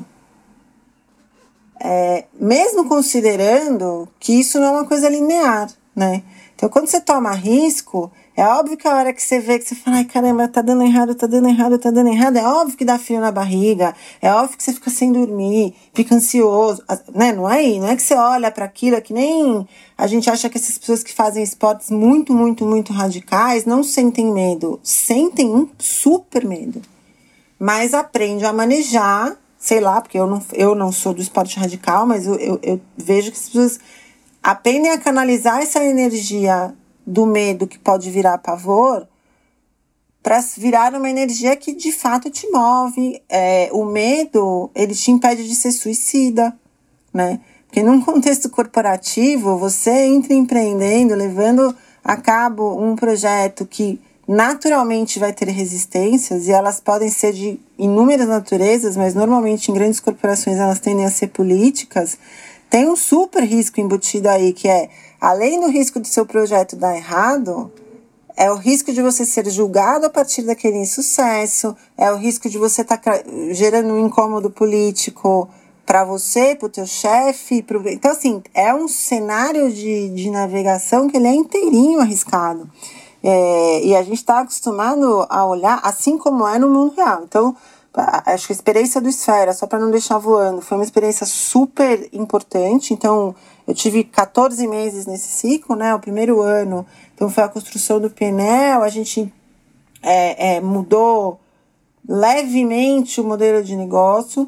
É, mesmo considerando que isso não é uma coisa linear, né? Então, quando você toma risco, é óbvio que a hora que você vê que você fala, ai, caramba, tá dando errado, tá dando errado, tá dando errado, é óbvio que dá frio na barriga, é óbvio que você fica sem dormir, fica ansioso, né? Não é, não é que você olha para aquilo, é que nem a gente acha que essas pessoas que fazem esportes muito, muito, muito radicais não sentem medo, sentem um super medo, mas aprende a manejar, sei lá, porque eu não, eu não sou do esporte radical, mas eu, eu, eu vejo que as pessoas aprendem a canalizar essa energia do medo que pode virar pavor para virar uma energia que de fato te move. É, o medo, ele te impede de ser suicida, né? Porque num contexto corporativo, você entra empreendendo, levando a cabo um projeto que naturalmente vai ter resistências, e elas podem ser de inúmeras naturezas, mas normalmente em grandes corporações elas tendem a ser políticas. Tem um super risco embutido aí, que é, além do risco do seu projeto dar errado, é o risco de você ser julgado a partir daquele insucesso, é o risco de você estar tá gerando um incômodo político para você, para o teu chefe. Pro... Então, assim, é um cenário de, de navegação que ele é inteirinho arriscado. É, e a gente está acostumado a olhar assim como é no mundo real. Então, acho que a experiência do Esfera, só para não deixar voando, foi uma experiência super importante. Então, eu tive catorze meses nesse ciclo, né? O primeiro ano, então foi a construção do P N L, a gente é, é, mudou levemente o modelo de negócio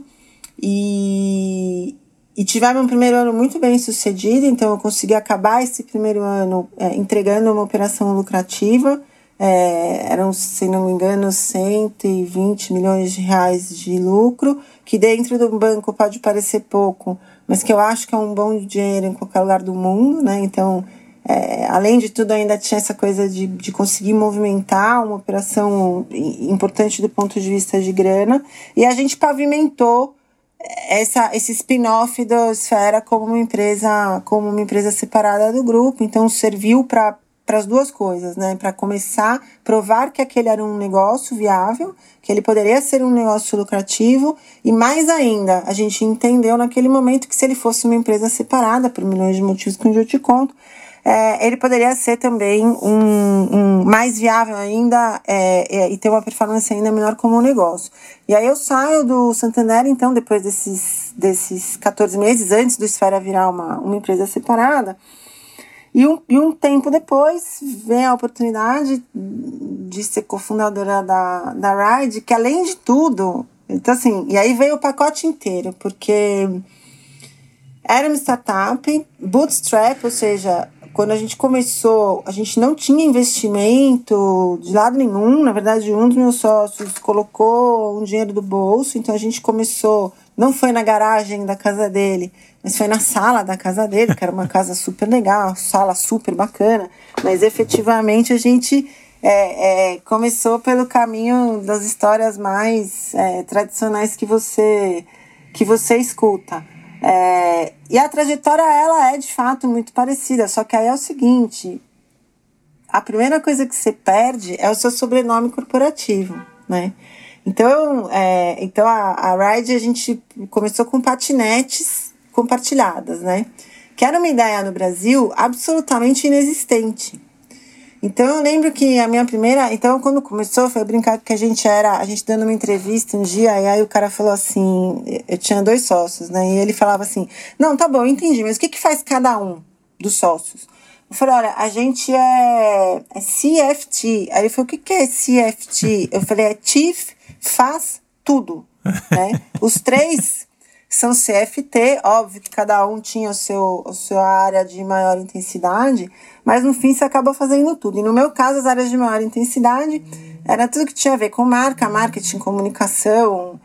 e, e tivemos um primeiro ano muito bem sucedido. Então, eu consegui acabar esse primeiro ano é, entregando uma operação lucrativa. É, eram, se não me engano, cento e vinte milhões de reais de lucro, que dentro do banco pode parecer pouco, mas que eu acho que é um bom dinheiro em qualquer lugar do mundo, né? Então, é, além de tudo, ainda tinha essa coisa de, de conseguir movimentar uma operação importante do ponto de vista de grana, e a gente pavimentou essa, esse spin-off da Esfera como uma empresa, como uma empresa separada do grupo. Então, serviu para para as duas coisas, né? Para começar a provar que aquele era um negócio viável, que ele poderia ser um negócio lucrativo, e mais ainda, a gente entendeu naquele momento que se ele fosse uma empresa separada, por milhões de motivos que eu te conto, é, ele poderia ser também um, um mais viável ainda é, é, e ter uma performance ainda melhor como um negócio. E aí eu saio do Santander, então, depois desses, desses catorze meses, antes do Esfera virar uma, uma empresa separada. E um, e um tempo depois vem a oportunidade de ser cofundadora da, da Ride, que além de tudo, então assim, e aí veio o pacote inteiro, porque era uma startup, bootstrap, ou seja, quando a gente começou, a gente não tinha investimento de lado nenhum. Na verdade, um dos meus sócios colocou um dinheiro do bolso, então a gente começou, não foi na garagem da casa dele, mas foi na sala da casa dele, que era uma casa super legal, sala super bacana, mas efetivamente a gente é, é, começou pelo caminho das histórias mais é, tradicionais que você, que você escuta. É, e a trajetória, ela é de fato muito parecida, só que aí é o seguinte, a primeira coisa que você perde é o seu sobrenome corporativo, né? Então, é, então a, a Ride, a gente começou com patinetes compartilhadas, né? Que era uma ideia no Brasil absolutamente inexistente. Então eu lembro que a minha primeira... Então quando começou foi brincar que a gente era... A gente dando uma entrevista um dia, e aí o cara falou assim... Eu tinha dois sócios, né? E ele falava assim... Não, tá bom, eu entendi, mas o que que faz cada um dos sócios? Eu falei, olha, a gente é, é C F T. Aí ele falou, o que que é C F T? Eu falei, é Chief Faz Tudo, né? Os três são C F T, óbvio que cada um tinha o seu, a sua área de maior intensidade, mas no fim você acaba fazendo tudo. E no meu caso, as áreas de maior intensidade era tudo que tinha a ver com marca, marketing, comunicação,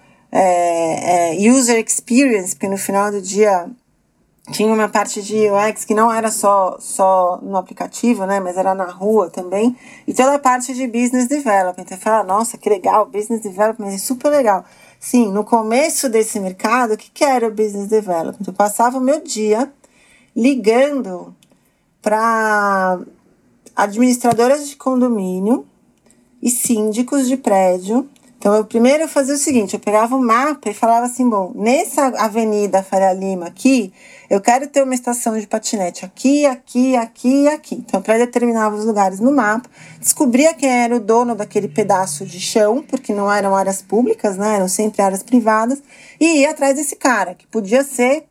é, é, user experience, porque no final do dia tinha uma parte de U X que não era só, só no aplicativo, né, mas era na rua também, e toda a parte de business development. Você fala, nossa, que legal, business development é super legal. Sim, no começo desse mercado, o que, que era o business development? Eu passava o meu dia ligando para administradoras de condomínio e síndicos de prédio. Então, eu primeiro fazia o seguinte, eu pegava o mapa e falava assim, bom, nessa avenida Faria Lima aqui, eu quero ter uma estação de patinete aqui, aqui, aqui e aqui. Então, para determinar os lugares no mapa, descobria quem era o dono daquele pedaço de chão, porque não eram áreas públicas, né, eram sempre áreas privadas, e ia atrás desse cara, que podia ser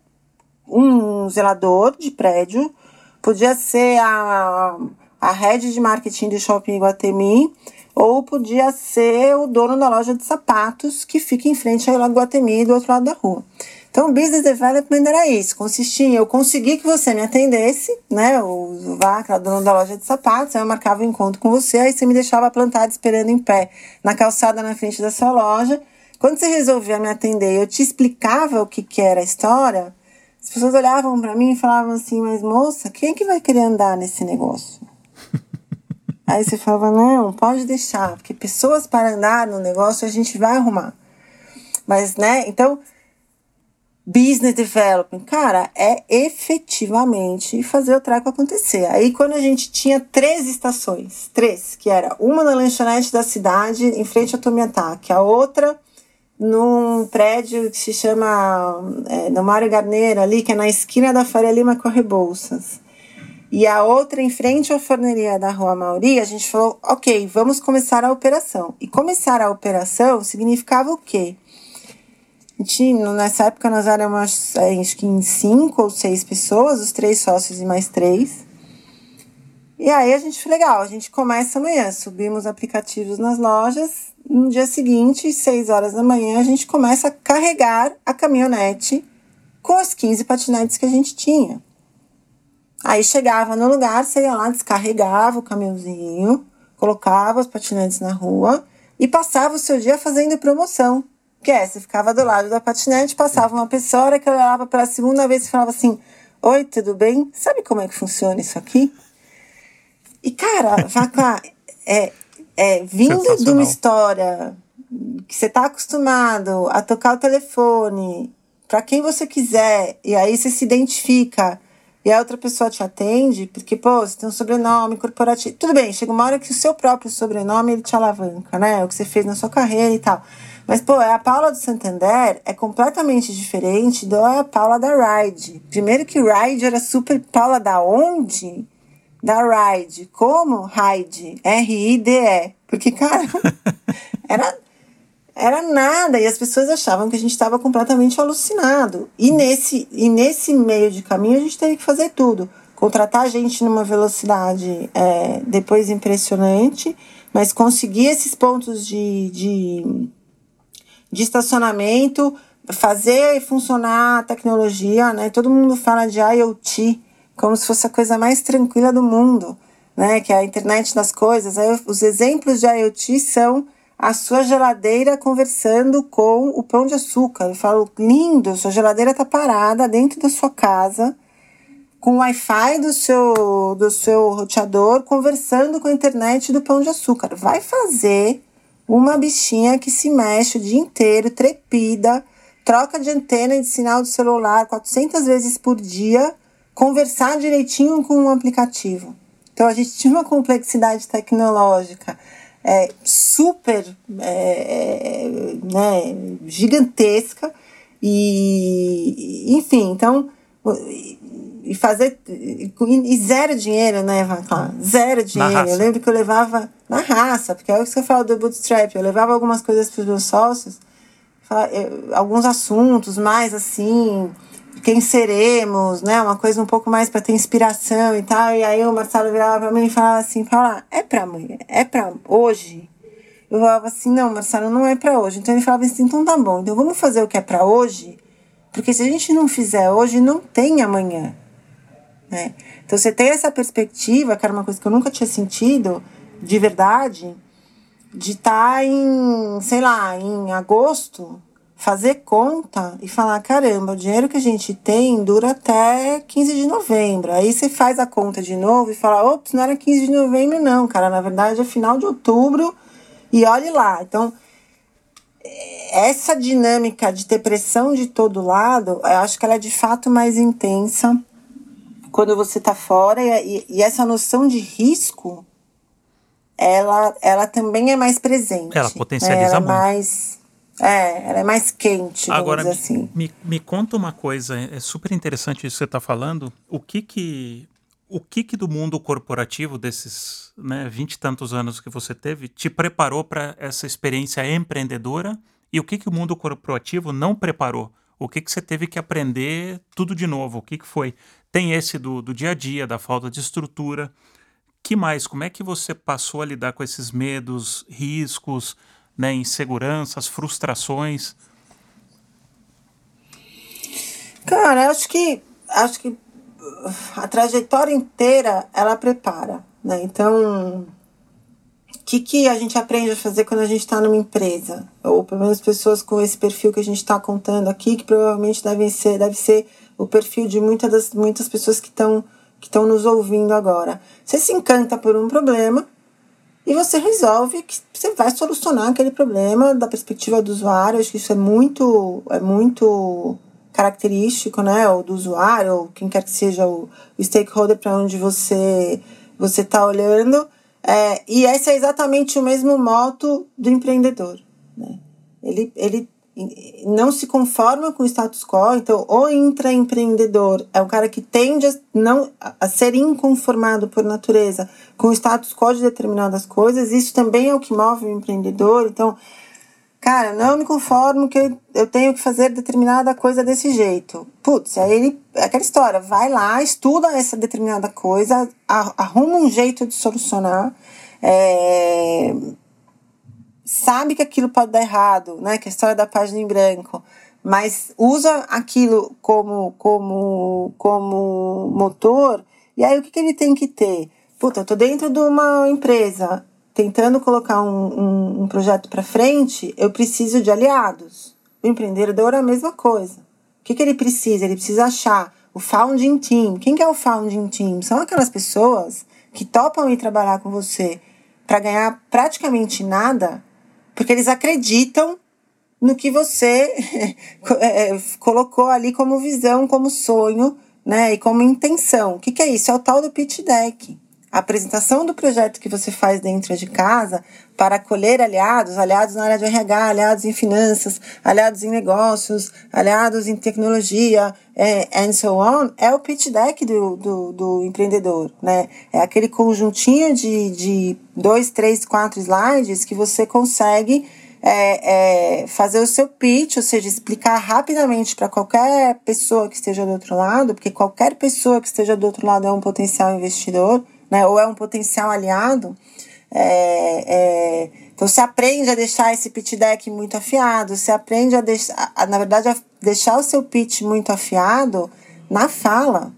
um zelador de prédio, podia ser a, a head de marketing do Shopping Iguatemi, ou podia ser o dono da loja de sapatos que fica em frente ao Iguatemi do outro lado da rua. Então, o business development era isso, consistia em eu conseguir que você me atendesse, né, o Vacra, dono da loja de sapatos, aí eu marcava um encontro com você, aí você me deixava plantada esperando em pé na calçada na frente da sua loja. Quando você resolvia me atender, eu te explicava o que, que era a história, as pessoas olhavam para mim e falavam assim, mas moça, quem é que vai querer andar nesse negócio? Aí você falava, não, pode deixar, porque pessoas para andar no negócio a gente vai arrumar. Mas, né, então, business development, cara, é efetivamente fazer o treco acontecer. Aí, quando a gente tinha três estações, três, que era uma na lanchonete da cidade, em frente ao Tomiataki, a outra num prédio que se chama, é, no Mário Garneiro, ali, que é na esquina da Faria Lima com a Rebouças. E a outra em frente à forneria da Rua Mauri, a gente falou, ok, vamos começar a operação. E começar a operação significava o quê? A gente, nessa época nós éramos, acho que em cinco ou seis pessoas, os três sócios e mais três. E aí a gente falou, legal, a gente começa amanhã, subimos aplicativos nas lojas, no dia seguinte, seis horas da manhã, a gente começa a carregar a caminhonete com os quinze patinetes que a gente tinha. Aí chegava no lugar, você ia lá, descarregava o caminhãozinho, colocava os patinetes na rua e passava o seu dia fazendo promoção. Que é, você ficava do lado da patinete, passava uma pessoa que olhava pela segunda vez e falava assim, oi, tudo bem? Sabe como é que funciona isso aqui? E, cara, Vacla, é, é, vindo de uma história que você tá acostumado a tocar o telefone para quem você quiser, e aí você se identifica, e a outra pessoa te atende, porque, pô, você tem um sobrenome corporativo. Tudo bem, chega uma hora que o seu próprio sobrenome, ele te alavanca, né? O que você fez na sua carreira e tal. Mas, pô, a Paula do Santander é completamente diferente da Paula da Ride. Primeiro que Ride era super... Paula da onde? Da Ride. Como? Ride. R I D E. Porque, cara, era... Era nada, e as pessoas achavam que a gente estava completamente alucinado. E nesse, e nesse meio de caminho a gente teve que fazer tudo. Contratar gente numa velocidade é, depois impressionante, mas conseguir esses pontos de, de, de estacionamento, fazer funcionar a tecnologia, né? Todo mundo fala de I O T como se fosse a coisa mais tranquila do mundo, né? Que é a internet das coisas. Aí, os exemplos de I O T são a sua geladeira conversando com o Pão de Açúcar. Eu falo, lindo, sua geladeira tá parada dentro da sua casa, com o Wi-Fi do seu, do seu roteador, conversando com a internet do Pão de Açúcar. Vai fazer uma bichinha que se mexe o dia inteiro, trepida, troca de antena e de sinal de celular quatrocentas vezes por dia, conversar direitinho com um aplicativo. Então, a gente tinha uma complexidade tecnológica é, super é, né, gigantesca. E, enfim, então... E fazer... E zero dinheiro, né, Vacla? Zero dinheiro. Eu lembro que eu levava na raça, porque é isso que eu falo do bootstrap. Eu levava algumas coisas para os meus sócios, alguns assuntos mais assim... Quem seremos, né? Uma coisa um pouco mais para ter inspiração e tal. E aí o Marcelo virava para mim e falava assim, Paula, é para amanhã? É para hoje? Eu falava assim, não, Marcelo, não é para hoje. Então ele falava assim, então tá bom, então vamos fazer o que é para hoje, porque se a gente não fizer hoje, não tem amanhã, né? Então você tem essa perspectiva, que era uma coisa que eu nunca tinha sentido, de verdade, de estar em, sei lá, em agosto... fazer conta e falar, caramba, o dinheiro que a gente tem dura até quinze de novembro. Aí você faz a conta de novo e fala, ops, não era quinze de novembro não, cara, na verdade é final de outubro e olhe lá. Então, essa dinâmica de ter pressão de todo lado, eu acho que ela é de fato mais intensa quando você tá fora e, e essa noção de risco, ela, ela também é mais presente. Ela potencializa né? Ela muito. É mais... É, ela é mais quente, vamos Agora, dizer assim. Me, me conta uma coisa, é super interessante isso que você está falando. O que que, o que que do mundo corporativo, desses né, vinte e tantos anos que você teve, te preparou para essa experiência empreendedora? E o que que o mundo corporativo não preparou? O que que você teve que aprender tudo de novo? O que que foi? Tem esse do, do dia a dia, da falta de estrutura. Que mais? Como é que você passou a lidar com esses medos, riscos, né, inseguranças, frustrações? Cara, acho que acho que a trajetória inteira ela prepara, né? Então, o que, que a gente aprende a fazer quando a gente está numa empresa? Ou pelo menos pessoas com esse perfil que a gente está contando aqui, que provavelmente devem ser, deve ser o perfil de muitas das muitas pessoas que estão que estão nos ouvindo agora. Você se encanta por um problema e você resolve que você vai solucionar aquele problema da perspectiva do usuário. Acho que isso é muito, é muito característico, né? Ou do usuário, ou quem quer que seja o, o stakeholder para onde você você está olhando. É, e esse é exatamente o mesmo moto do empreendedor, né? Ele, ele não se conforma com o status quo. Então, o intraempreendedor é um cara que tende a, não, a ser inconformado por natureza com o status quo de determinadas coisas. Isso também é o que move o empreendedor. Então, cara, não me conformo que eu, eu tenho que fazer determinada coisa desse jeito. Putz, aí ele, aquela história, vai lá, estuda essa determinada coisa, arruma um jeito de solucionar, é... sabe que aquilo pode dar errado, né? Que é a história da página em branco, mas usa aquilo como, como, como motor. E aí o que, que ele tem que ter? Puta, eu tô dentro de uma empresa tentando colocar um, um, um projeto para frente, eu preciso de aliados. O empreendedor é a mesma coisa. O que, que ele precisa? Ele precisa achar o founding team. Quem que é o founding team? São aquelas pessoas que topam ir trabalhar com você para ganhar praticamente nada, porque eles acreditam no que você colocou ali como visão, como sonho, né, e como intenção. O que, que é isso? É o tal do pitch deck. A apresentação do projeto que você faz dentro de casa para acolher aliados, aliados na área de R H, aliados em finanças, aliados em negócios, aliados em tecnologia, é, and so on, é o pitch deck do, do, do empreendedor, né? É aquele conjuntinho de, de dois, três, quatro slides que você consegue é, é, fazer o seu pitch, ou seja, explicar rapidamente para qualquer pessoa que esteja do outro lado, porque qualquer pessoa que esteja do outro lado é um potencial investidor, né, ou é um potencial aliado. É, é, então você aprende a deixar esse pitch deck muito afiado, você aprende a deixar, a, na verdade, a deixar o seu pitch muito afiado na fala.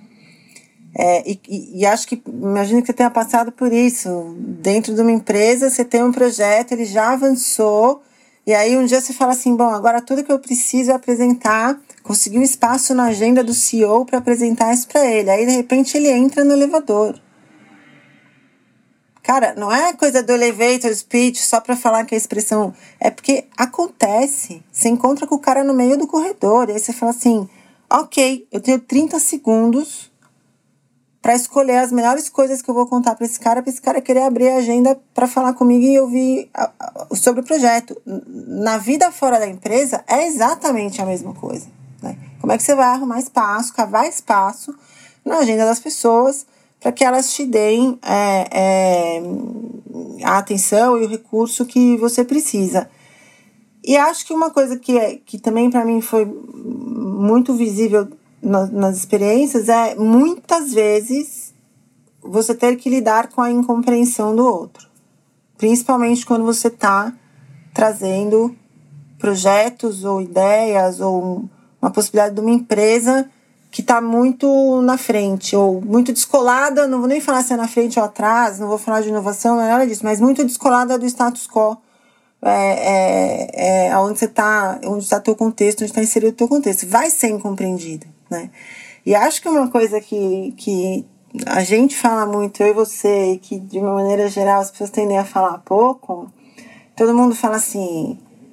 É, e, e, e acho que, imagino que você tenha passado por isso. Dentro de uma empresa, você tem um projeto, ele já avançou, e aí um dia você fala assim, bom, agora tudo que eu preciso é apresentar, conseguir um espaço na agenda do C E O para apresentar isso para ele. Aí, de repente, ele entra no elevador. Cara, não é coisa do elevator speech só pra falar que a expressão... É porque acontece. Você encontra com o cara no meio do corredor. E aí você fala assim, ok, eu tenho trinta segundos pra escolher as melhores coisas que eu vou contar pra esse cara, pra esse cara querer abrir a agenda pra falar comigo e ouvir a, a, sobre o projeto. Na vida fora da empresa, é exatamente a mesma coisa, né? Como é que você vai arrumar espaço, cavar espaço na agenda das pessoas para que elas te deem é, é, a atenção e o recurso que você precisa. E acho que uma coisa que, é, que também para mim foi muito visível na, nas experiências é, muitas vezes, você ter que lidar com a incompreensão do outro. Principalmente quando você está trazendo projetos ou ideias ou uma possibilidade de uma empresa que está muito na frente, ou muito descolada, não vou nem falar se é na frente ou atrás, não vou falar de inovação, não é nada disso, mas muito descolada do status quo, é, é, é, onde você está, onde está teu contexto, onde está inserido o teu contexto, vai ser incompreendido, né? E acho que uma coisa que, que a gente fala muito, eu e você, e que de uma maneira geral as pessoas tendem a falar pouco, todo mundo fala assim,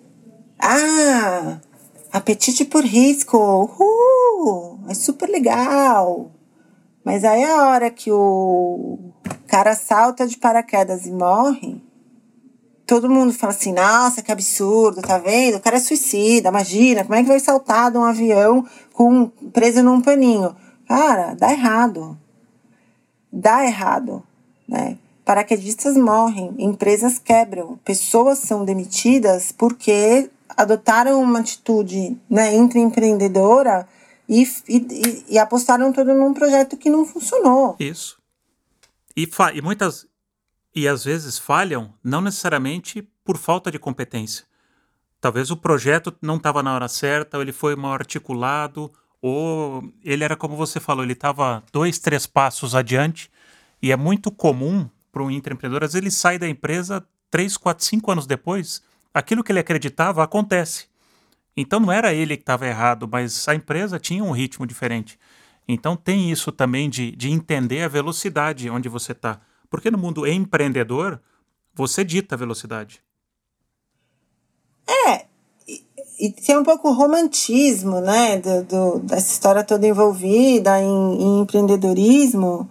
ah... apetite por risco, uhul, é super legal. Mas aí a hora que o cara salta de paraquedas e morre, todo mundo fala assim, nossa, que absurdo, tá vendo? O cara é suicida, imagina, como é que vai saltar de um avião com, preso num paninho? Cara, dá errado. Dá errado, né? Paraquedistas morrem, empresas quebram, pessoas são demitidas porque adotaram uma atitude, né, intraempreendedora e, e, e apostaram tudo num projeto que não funcionou. Isso. E, fa- e muitas... E às vezes falham não necessariamente por falta de competência. Talvez o projeto não estava na hora certa, ou ele foi mal articulado, ou ele era como você falou, ele estava dois, três passos adiante. E é muito comum para um intraempreendedor, às vezes ele sai da empresa três, quatro, cinco anos depois, aquilo que ele acreditava acontece. Então não era ele que estava errado, mas a empresa tinha um ritmo diferente. Então tem isso também de, de entender a velocidade onde você está. Porque no mundo empreendedor, você dita a velocidade. É, e, e tem um pouco o romantismo, né, do, do, dessa história toda envolvida em, em empreendedorismo.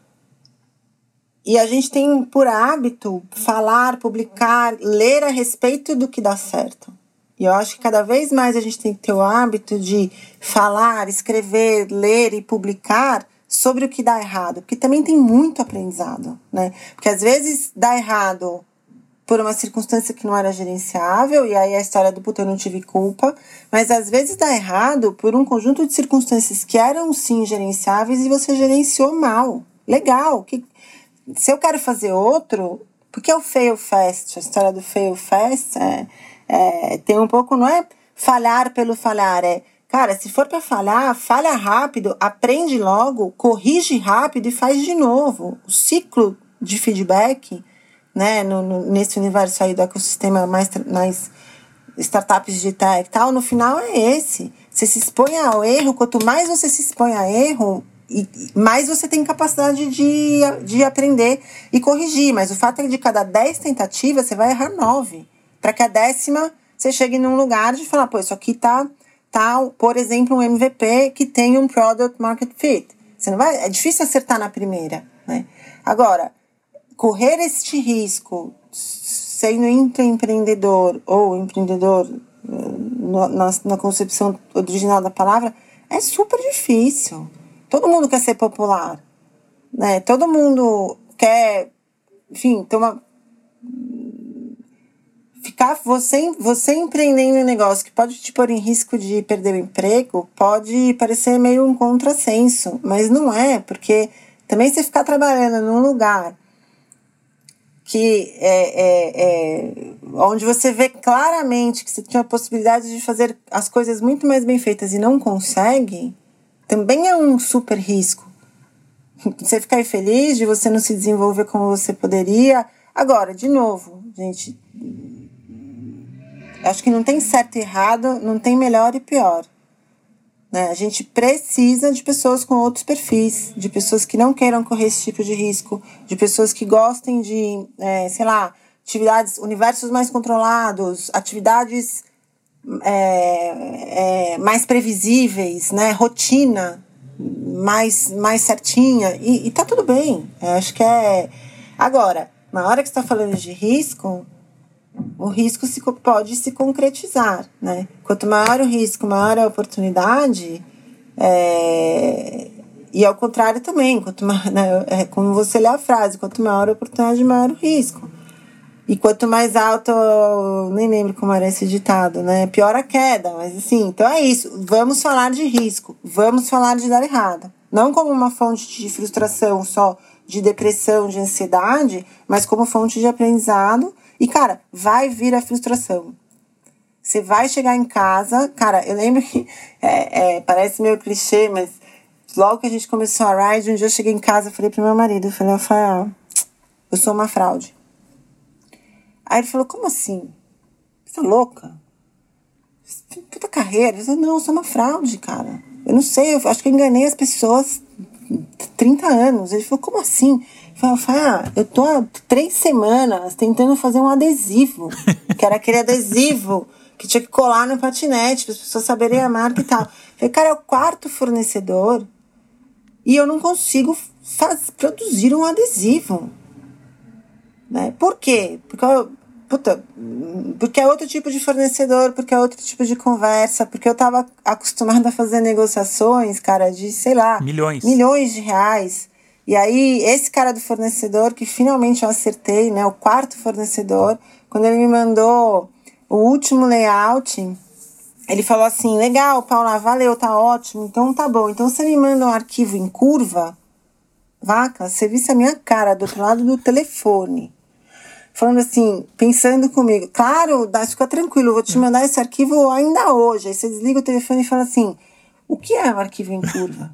E a gente tem por hábito falar, publicar, ler a respeito do que dá certo. E eu acho que cada vez mais a gente tem que ter o hábito de falar, escrever, ler e publicar sobre o que dá errado. Porque também tem muito aprendizado, né? Porque às vezes dá errado por uma circunstância que não era gerenciável, e aí a história do puta, eu não tive culpa, mas às vezes dá errado por um conjunto de circunstâncias que eram sim gerenciáveis e você gerenciou mal. Legal. Que, se eu quero fazer outro, porque é o fail fast, a história do fail fast é, é, tem um pouco, não é falhar pelo falhar, é, cara, se for para falhar, falha rápido, aprende logo, corrige rápido e faz de novo. O ciclo de feedback, né, no, no, nesse universo aí do ecossistema mais, mais startups digitais e tal, no final é esse. Você se expõe ao erro, quanto mais você se expõe a erro, e mais você tem capacidade de, de aprender e corrigir. Mas o fato é que de cada dez tentativas, você vai errar nove. Para que a décima, você chegue num lugar de falar, pô, isso aqui tá, tá, por exemplo, um M V P que tem um Product Market Fit. Você não vai, é difícil acertar na primeira, né? Agora, correr este risco, sendo intraempreendedor ou empreendedor na, na concepção original da palavra, é super difícil. Todo mundo quer ser popular, né? Todo mundo quer, enfim, ter uma... Ficar você, você empreendendo um negócio que pode te pôr em risco de perder o emprego, pode parecer meio um contrassenso, mas não é, porque também você ficar trabalhando num lugar que é, é, é, onde você vê claramente que você tinha a possibilidade de fazer as coisas muito mais bem feitas e não consegue, também é um super risco. Você ficar infeliz de você não se desenvolver como você poderia. Agora, de novo, gente, acho que não tem certo e errado, não tem melhor e pior, né? A gente precisa de pessoas com outros perfis, de pessoas que não queiram correr esse tipo de risco, de pessoas que gostem de, é, sei lá, atividades, universos mais controlados, atividades é, é, mais previsíveis, né? Rotina mais, mais certinha. E, e tá tudo bem. Eu acho que é... Agora, na hora que você está falando de risco, o risco se, pode se concretizar, né? Quanto maior o risco, maior a oportunidade, é... e ao contrário também, quanto maior, né? É como você lê a frase, quanto maior a oportunidade, maior o risco. E quanto mais alto, nem lembro como era esse ditado, né? Pior a queda, mas assim, então é isso. Vamos falar de risco, vamos falar de dar errado. Não como uma fonte de frustração só, de depressão, de ansiedade, mas como fonte de aprendizado. E, cara, vai vir a frustração. Você vai chegar em casa... Cara, eu lembro que... É, é, parece meio clichê, mas... Logo que a gente começou a Ride, um dia eu cheguei em casa e falei pro meu marido... Eu falei, Rafael, eu sou uma fraude. Aí ele falou, como assim? Você tá louca? Você tem puta carreira. Eu falei, não, eu sou uma fraude, cara. Eu não sei, eu acho que eu enganei as pessoas... trinta anos. Ele falou, como assim? Eu falei, ah, eu tô há três semanas tentando fazer um adesivo, que era aquele adesivo que tinha que colar no patinete para as pessoas saberem a marca e tal. Eu falei, cara, é o quarto fornecedor e eu não consigo faz, produzir um adesivo. Né? Por quê? Porque, eu, puta, porque é outro tipo de fornecedor, porque é outro tipo de conversa, porque eu tava acostumada a fazer negociações, cara, de, sei lá... Milhões. Milhões de reais. E aí, esse cara do fornecedor, que finalmente eu acertei, né, o quarto fornecedor, quando ele me mandou o último layout, ele falou assim, legal, Paula, valeu, tá ótimo, então tá bom. Então, você me manda um arquivo em curva, vaca, você visse a minha cara do outro lado do telefone, falando assim, pensando comigo, claro, fica tranquilo, eu vou te mandar esse arquivo ainda hoje. Aí você desliga o telefone e fala assim, o que é um arquivo em curva?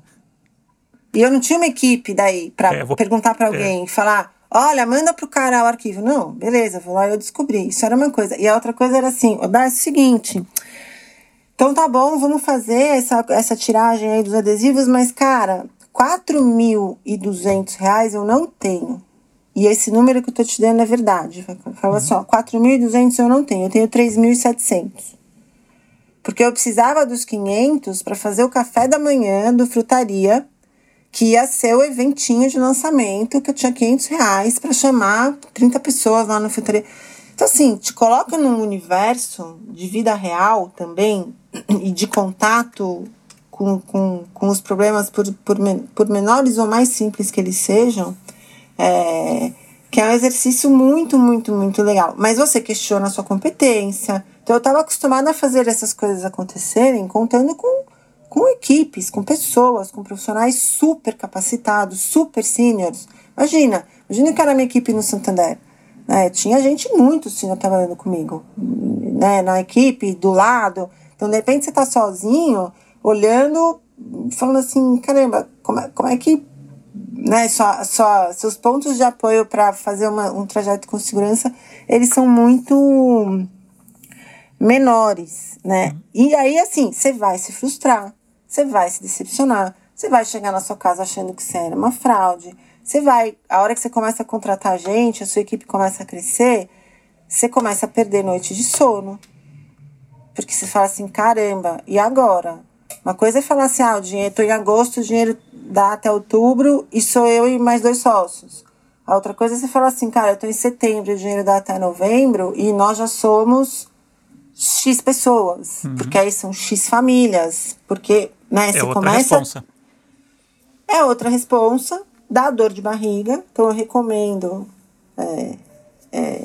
E eu não tinha uma equipe daí pra é, vou... perguntar pra alguém, é. falar, olha, manda pro cara o arquivo. Não, beleza, vou lá e eu descobri. Isso era uma coisa. E a outra coisa era assim, ó, é o seguinte, então tá bom, vamos fazer essa, essa tiragem aí dos adesivos, mas, cara, quatro mil e duzentos reais eu não tenho. E esse número que eu tô te dando é verdade. Fala uhum. só, quatro mil e duzentos eu não tenho, eu tenho três mil e setecentos. Porque eu precisava dos quinhentos para fazer o café da manhã do Frutaria, que ia ser o eventinho de lançamento, que eu tinha quinhentos reais para chamar trinta pessoas lá no Frutaria. Então, assim, te coloca num universo de vida real também, e de contato com, com, com os problemas, por, por, por menores ou mais simples que eles sejam, é, que é um exercício muito, muito, muito legal. Mas você questiona a sua competência. Então, eu estava acostumada a fazer essas coisas acontecerem contando com com equipes, com pessoas, com profissionais super capacitados, super seniors. Imagina, imagina que era a minha equipe no Santander. Né? Tinha gente muito senior trabalhando comigo, né? Na equipe, do lado. Então, de repente, você está sozinho, olhando, falando assim, caramba, como é, como é que... Né, só, só, seus pontos de apoio para fazer uma, um trajeto com segurança, eles são muito menores, né? E aí, assim, você vai se frustrar, você vai se decepcionar, você vai chegar na sua casa achando que você era uma fraude, você vai, a hora que você começa a contratar gente, a sua equipe começa a crescer, você começa a perder noite de sono. Porque você fala assim, caramba, e agora? Uma coisa é falar assim, ah, o dinheiro, tô em agosto, o dinheiro dá até outubro e sou eu e mais dois sócios. A outra coisa é você falar assim, cara, eu tô em setembro, o dinheiro dá até novembro e nós já somos X pessoas, uhum. porque aí são X famílias, porque, né, é você outra começa... responsa. É outra responsa, dá dor de barriga, então eu recomendo é, é,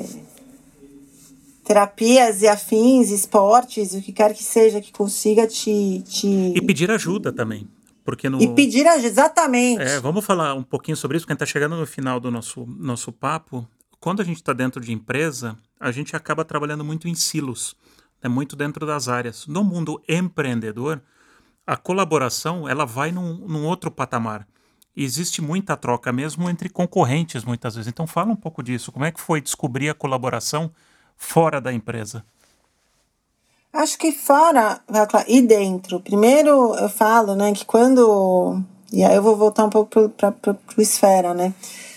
terapias e afins, esportes, o que quer que seja que consiga te... te... E pedir ajuda também. Porque no... E pedir ajuda, exatamente. É, vamos falar um pouquinho sobre isso, porque a gente está chegando no final do nosso, nosso papo. Quando a gente está dentro de empresa, a gente acaba trabalhando muito em silos. É muito dentro das áreas. No mundo empreendedor, a colaboração ela vai num, num outro patamar. E existe muita troca mesmo entre concorrentes muitas vezes. Então fala um pouco disso. Como é que foi descobrir a colaboração fora da empresa? Acho que fora e dentro. Primeiro eu falo, né, que quando... E aí eu vou voltar um pouco para o Esfera, né?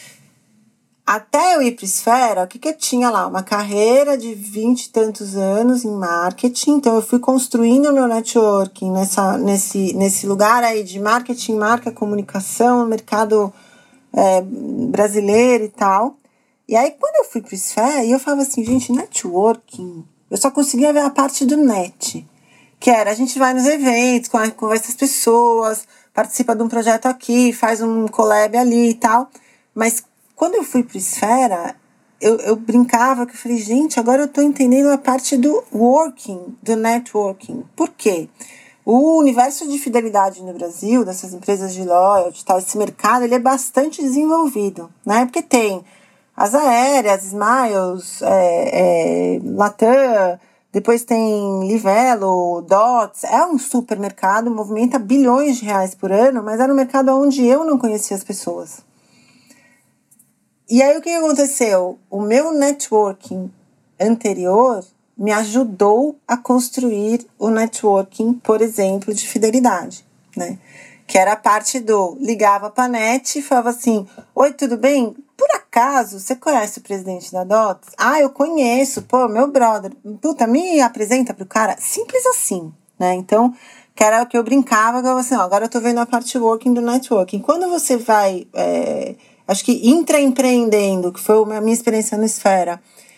Até eu ir para Esfera, o que, que eu tinha lá? Uma carreira de vinte e tantos anos em marketing. Então eu fui construindo o meu networking nessa, nesse, nesse lugar aí de marketing, marca, comunicação, mercado é, brasileiro e tal. E aí quando eu fui para Esfera, eu falava assim, gente, networking... Eu só conseguia ver a parte do net, que era, a gente vai nos eventos, conversa com as pessoas, participa de um projeto aqui, faz um collab ali e tal. Mas quando eu fui para Esfera, eu, eu brincava, que eu falei, gente, agora eu estou entendendo a parte do working, do networking. Por quê? O universo de fidelidade no Brasil, dessas empresas de loyalty, tal, esse mercado, ele é bastante desenvolvido, né? Porque tem as aéreas, Smiles, é, é, Latam, depois tem Livelo, Dots. É um supermercado, movimenta bilhões de reais por ano, mas era um mercado onde eu não conhecia as pessoas. E aí o que aconteceu? O meu networking anterior me ajudou a construir o networking, por exemplo, de fidelidade, né? Que era a parte do ligava para a net e falava assim, oi, tudo bem? Por acaso, você conhece o presidente da Dots? Ah, eu conheço, pô, meu brother. Puta, me apresenta pro cara. Simples assim, né? Então, que era o que eu brincava, eu falava assim, ó, agora eu tô vendo a parte working do networking. Quando você vai, é, acho que intraempreendendo, que foi a minha experiência no Esfera,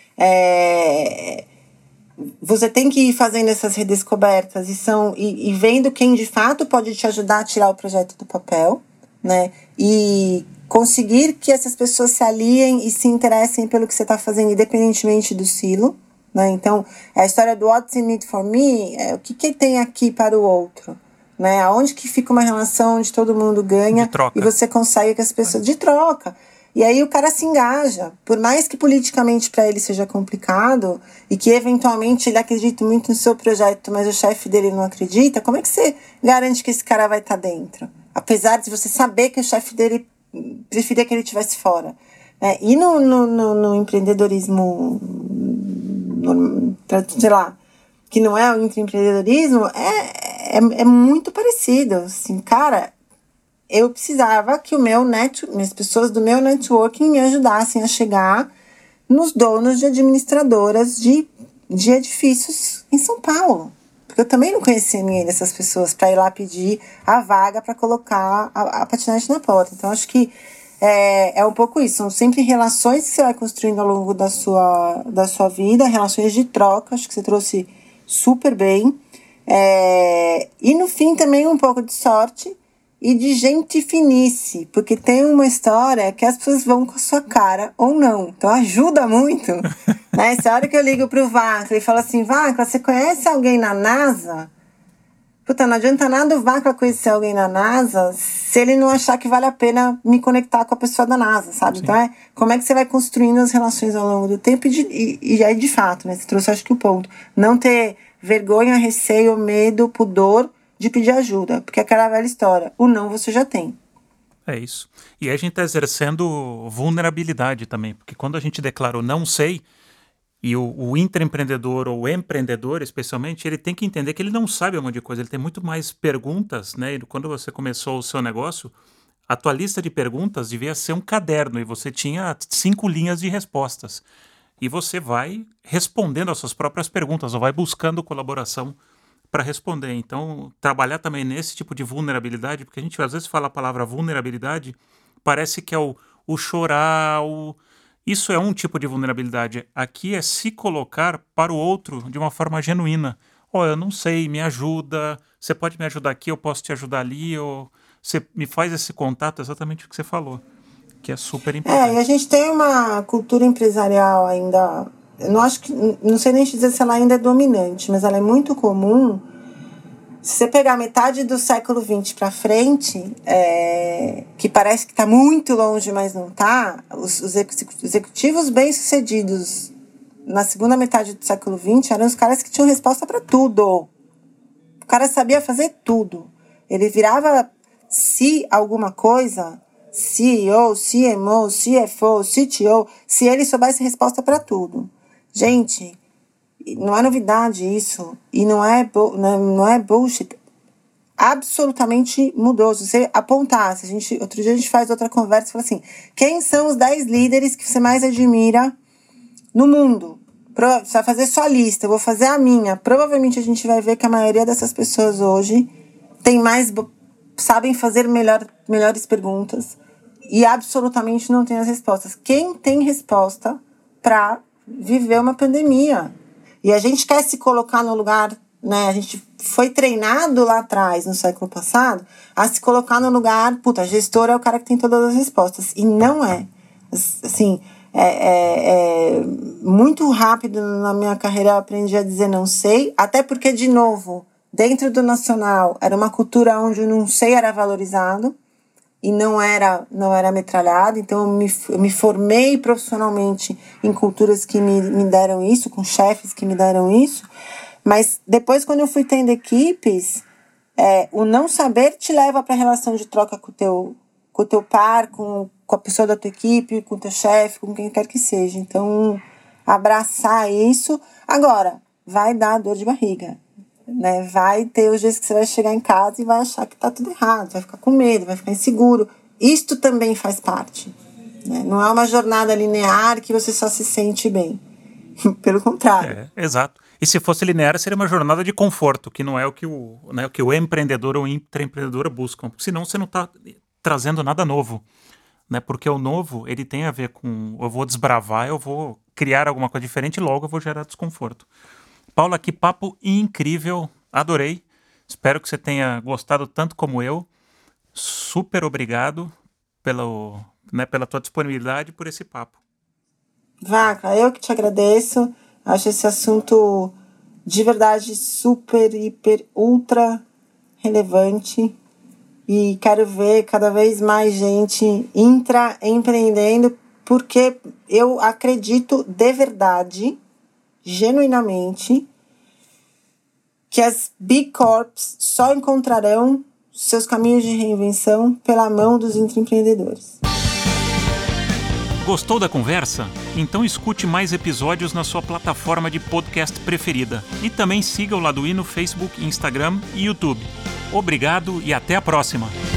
é... você tem que ir fazendo essas redescobertas e, são, e, e vendo quem de fato pode te ajudar a tirar o projeto do papel, né? E conseguir que essas pessoas se aliem e se interessem pelo que você está fazendo, independentemente do silo, né? Então, a história do what's in it for me é o que, que tem aqui para o outro, né? Aonde que fica uma relação onde todo mundo ganha e você consegue que as pessoas... De troca. E aí o cara se engaja, por mais que politicamente para ele seja complicado e que eventualmente ele acredite muito no seu projeto, mas o chefe dele não acredita, como é que você garante que esse cara vai estar dentro? Apesar de você saber que o chefe dele preferia que ele estivesse fora. É, e no, no, no, no empreendedorismo, no, sei lá, que não é o intraempreendedorismo, é, é, é muito parecido. Assim, cara... eu precisava que o meu net, as pessoas do meu networking me ajudassem a chegar nos donos de administradoras de, de edifícios em São Paulo. Porque eu também não conhecia ninguém dessas pessoas para ir lá pedir a vaga para colocar a, a patinete na porta. Então, acho que é, é um pouco isso. São sempre relações que você vai construindo ao longo da sua, da sua vida, relações de troca, acho que você trouxe super bem. É, e, no fim, também um pouco de sorte e de gente finice, porque tem uma história que as pessoas vão com a sua cara ou não. Então ajuda muito. Né? Essa hora que eu ligo pro Vacla e falo assim, Vacla, você conhece alguém na NASA? Puta, não adianta nada o Vacla conhecer alguém na NASA se ele não achar que vale a pena me conectar com a pessoa da NASA, sabe? Sim. Então é como é que você vai construindo as relações ao longo do tempo e, de, e, e aí de fato, né? Você trouxe acho que o ponto. Não ter vergonha, receio, medo, pudor de pedir ajuda, porque é aquela velha história, o não você já tem. É isso. E a gente está exercendo vulnerabilidade também, porque quando a gente declara o não sei, e o, o intraempreendedor ou o empreendedor, especialmente, ele tem que entender que ele não sabe um monte de coisa, ele tem muito mais perguntas, né? E quando você começou o seu negócio, a tua lista de perguntas devia ser um caderno e você tinha cinco linhas de respostas. E você vai respondendo as suas próprias perguntas, ou vai buscando colaboração para responder. Então, trabalhar também nesse tipo de vulnerabilidade, porque a gente às vezes fala a palavra vulnerabilidade, parece que é o, o chorar, o... isso é um tipo de vulnerabilidade. Aqui é se colocar para o outro de uma forma genuína. Ó, oh, eu não sei, me ajuda, você pode me ajudar aqui, eu posso te ajudar ali, ou você me faz esse contato, exatamente o que você falou, que é super importante. É, e a gente tem uma cultura empresarial ainda... Eu não acho que, não sei nem dizer se ela ainda é dominante, mas ela é muito comum. Se você pegar metade do século vinte para frente, é, que parece que está muito longe, mas não está, os, os executivos bem-sucedidos na segunda metade do século vinte eram os caras que tinham resposta para tudo. O cara sabia fazer tudo. Ele virava, se alguma coisa, C E O, C M O, C F O, C T O, se ele soubesse resposta para tudo. Gente, não é novidade isso, e não é, não é bullshit, absolutamente mudou. Se você apontar, se a gente, outro dia a gente faz outra conversa e fala assim, quem são os dez líderes que você mais admira no mundo? Você vai fazer sua lista, eu vou fazer a minha. Provavelmente a gente vai ver que a maioria dessas pessoas hoje tem mais, sabem fazer melhor, melhores perguntas e absolutamente não tem as respostas. Quem tem resposta para viver uma pandemia? E a gente quer se colocar no lugar, né? A gente foi treinado lá atrás, no século passado, a se colocar no lugar, puta, gestor é o cara que tem todas as respostas. E não é. Assim, é, é, é muito rápido na minha carreira eu aprendi a dizer não sei, até porque, de novo, dentro do nacional era uma cultura onde o não sei era valorizado e não era, não era metralhado. Então eu me, eu me formei profissionalmente em culturas que me, me deram isso, com chefes que me deram isso. Mas depois, quando eu fui tendo equipes, é, o não saber te leva para a relação de troca com o teu, com o teu par, com, com a pessoa da tua equipe, com o teu chefe, com quem quer que seja. Então, abraçar isso. Agora, vai dar dor de barriga, né? Vai ter os dias que você vai chegar em casa e vai achar que tá tudo errado, vai ficar com medo, vai ficar inseguro. Isto também faz parte, né? Não é uma jornada linear que você só se sente bem. Pelo contrário. É, exato. E se fosse linear, seria uma jornada de conforto, que não é o que o, né, o, que o empreendedor ou intraempreendedora buscam. Senão você não está trazendo nada novo. Né? Porque o novo, ele tem a ver com eu vou desbravar, eu vou criar alguma coisa diferente e logo eu vou gerar desconforto. Paula, que papo incrível. Adorei. Espero que você tenha gostado tanto como eu. Super obrigado pelo, né, pela tua disponibilidade por esse papo. Vaca, eu que te agradeço. Acho esse assunto de verdade super, hiper, ultra relevante. E quero ver cada vez mais gente intraempreendendo, porque eu acredito de verdade, genuinamente, que as Big Corps só encontrarão seus caminhos de reinvenção pela mão dos intraempreendedores. Gostou da conversa? Então escute mais episódios na sua plataforma de podcast preferida. E também siga o Laduí no Facebook, Instagram e YouTube. Obrigado e até a próxima!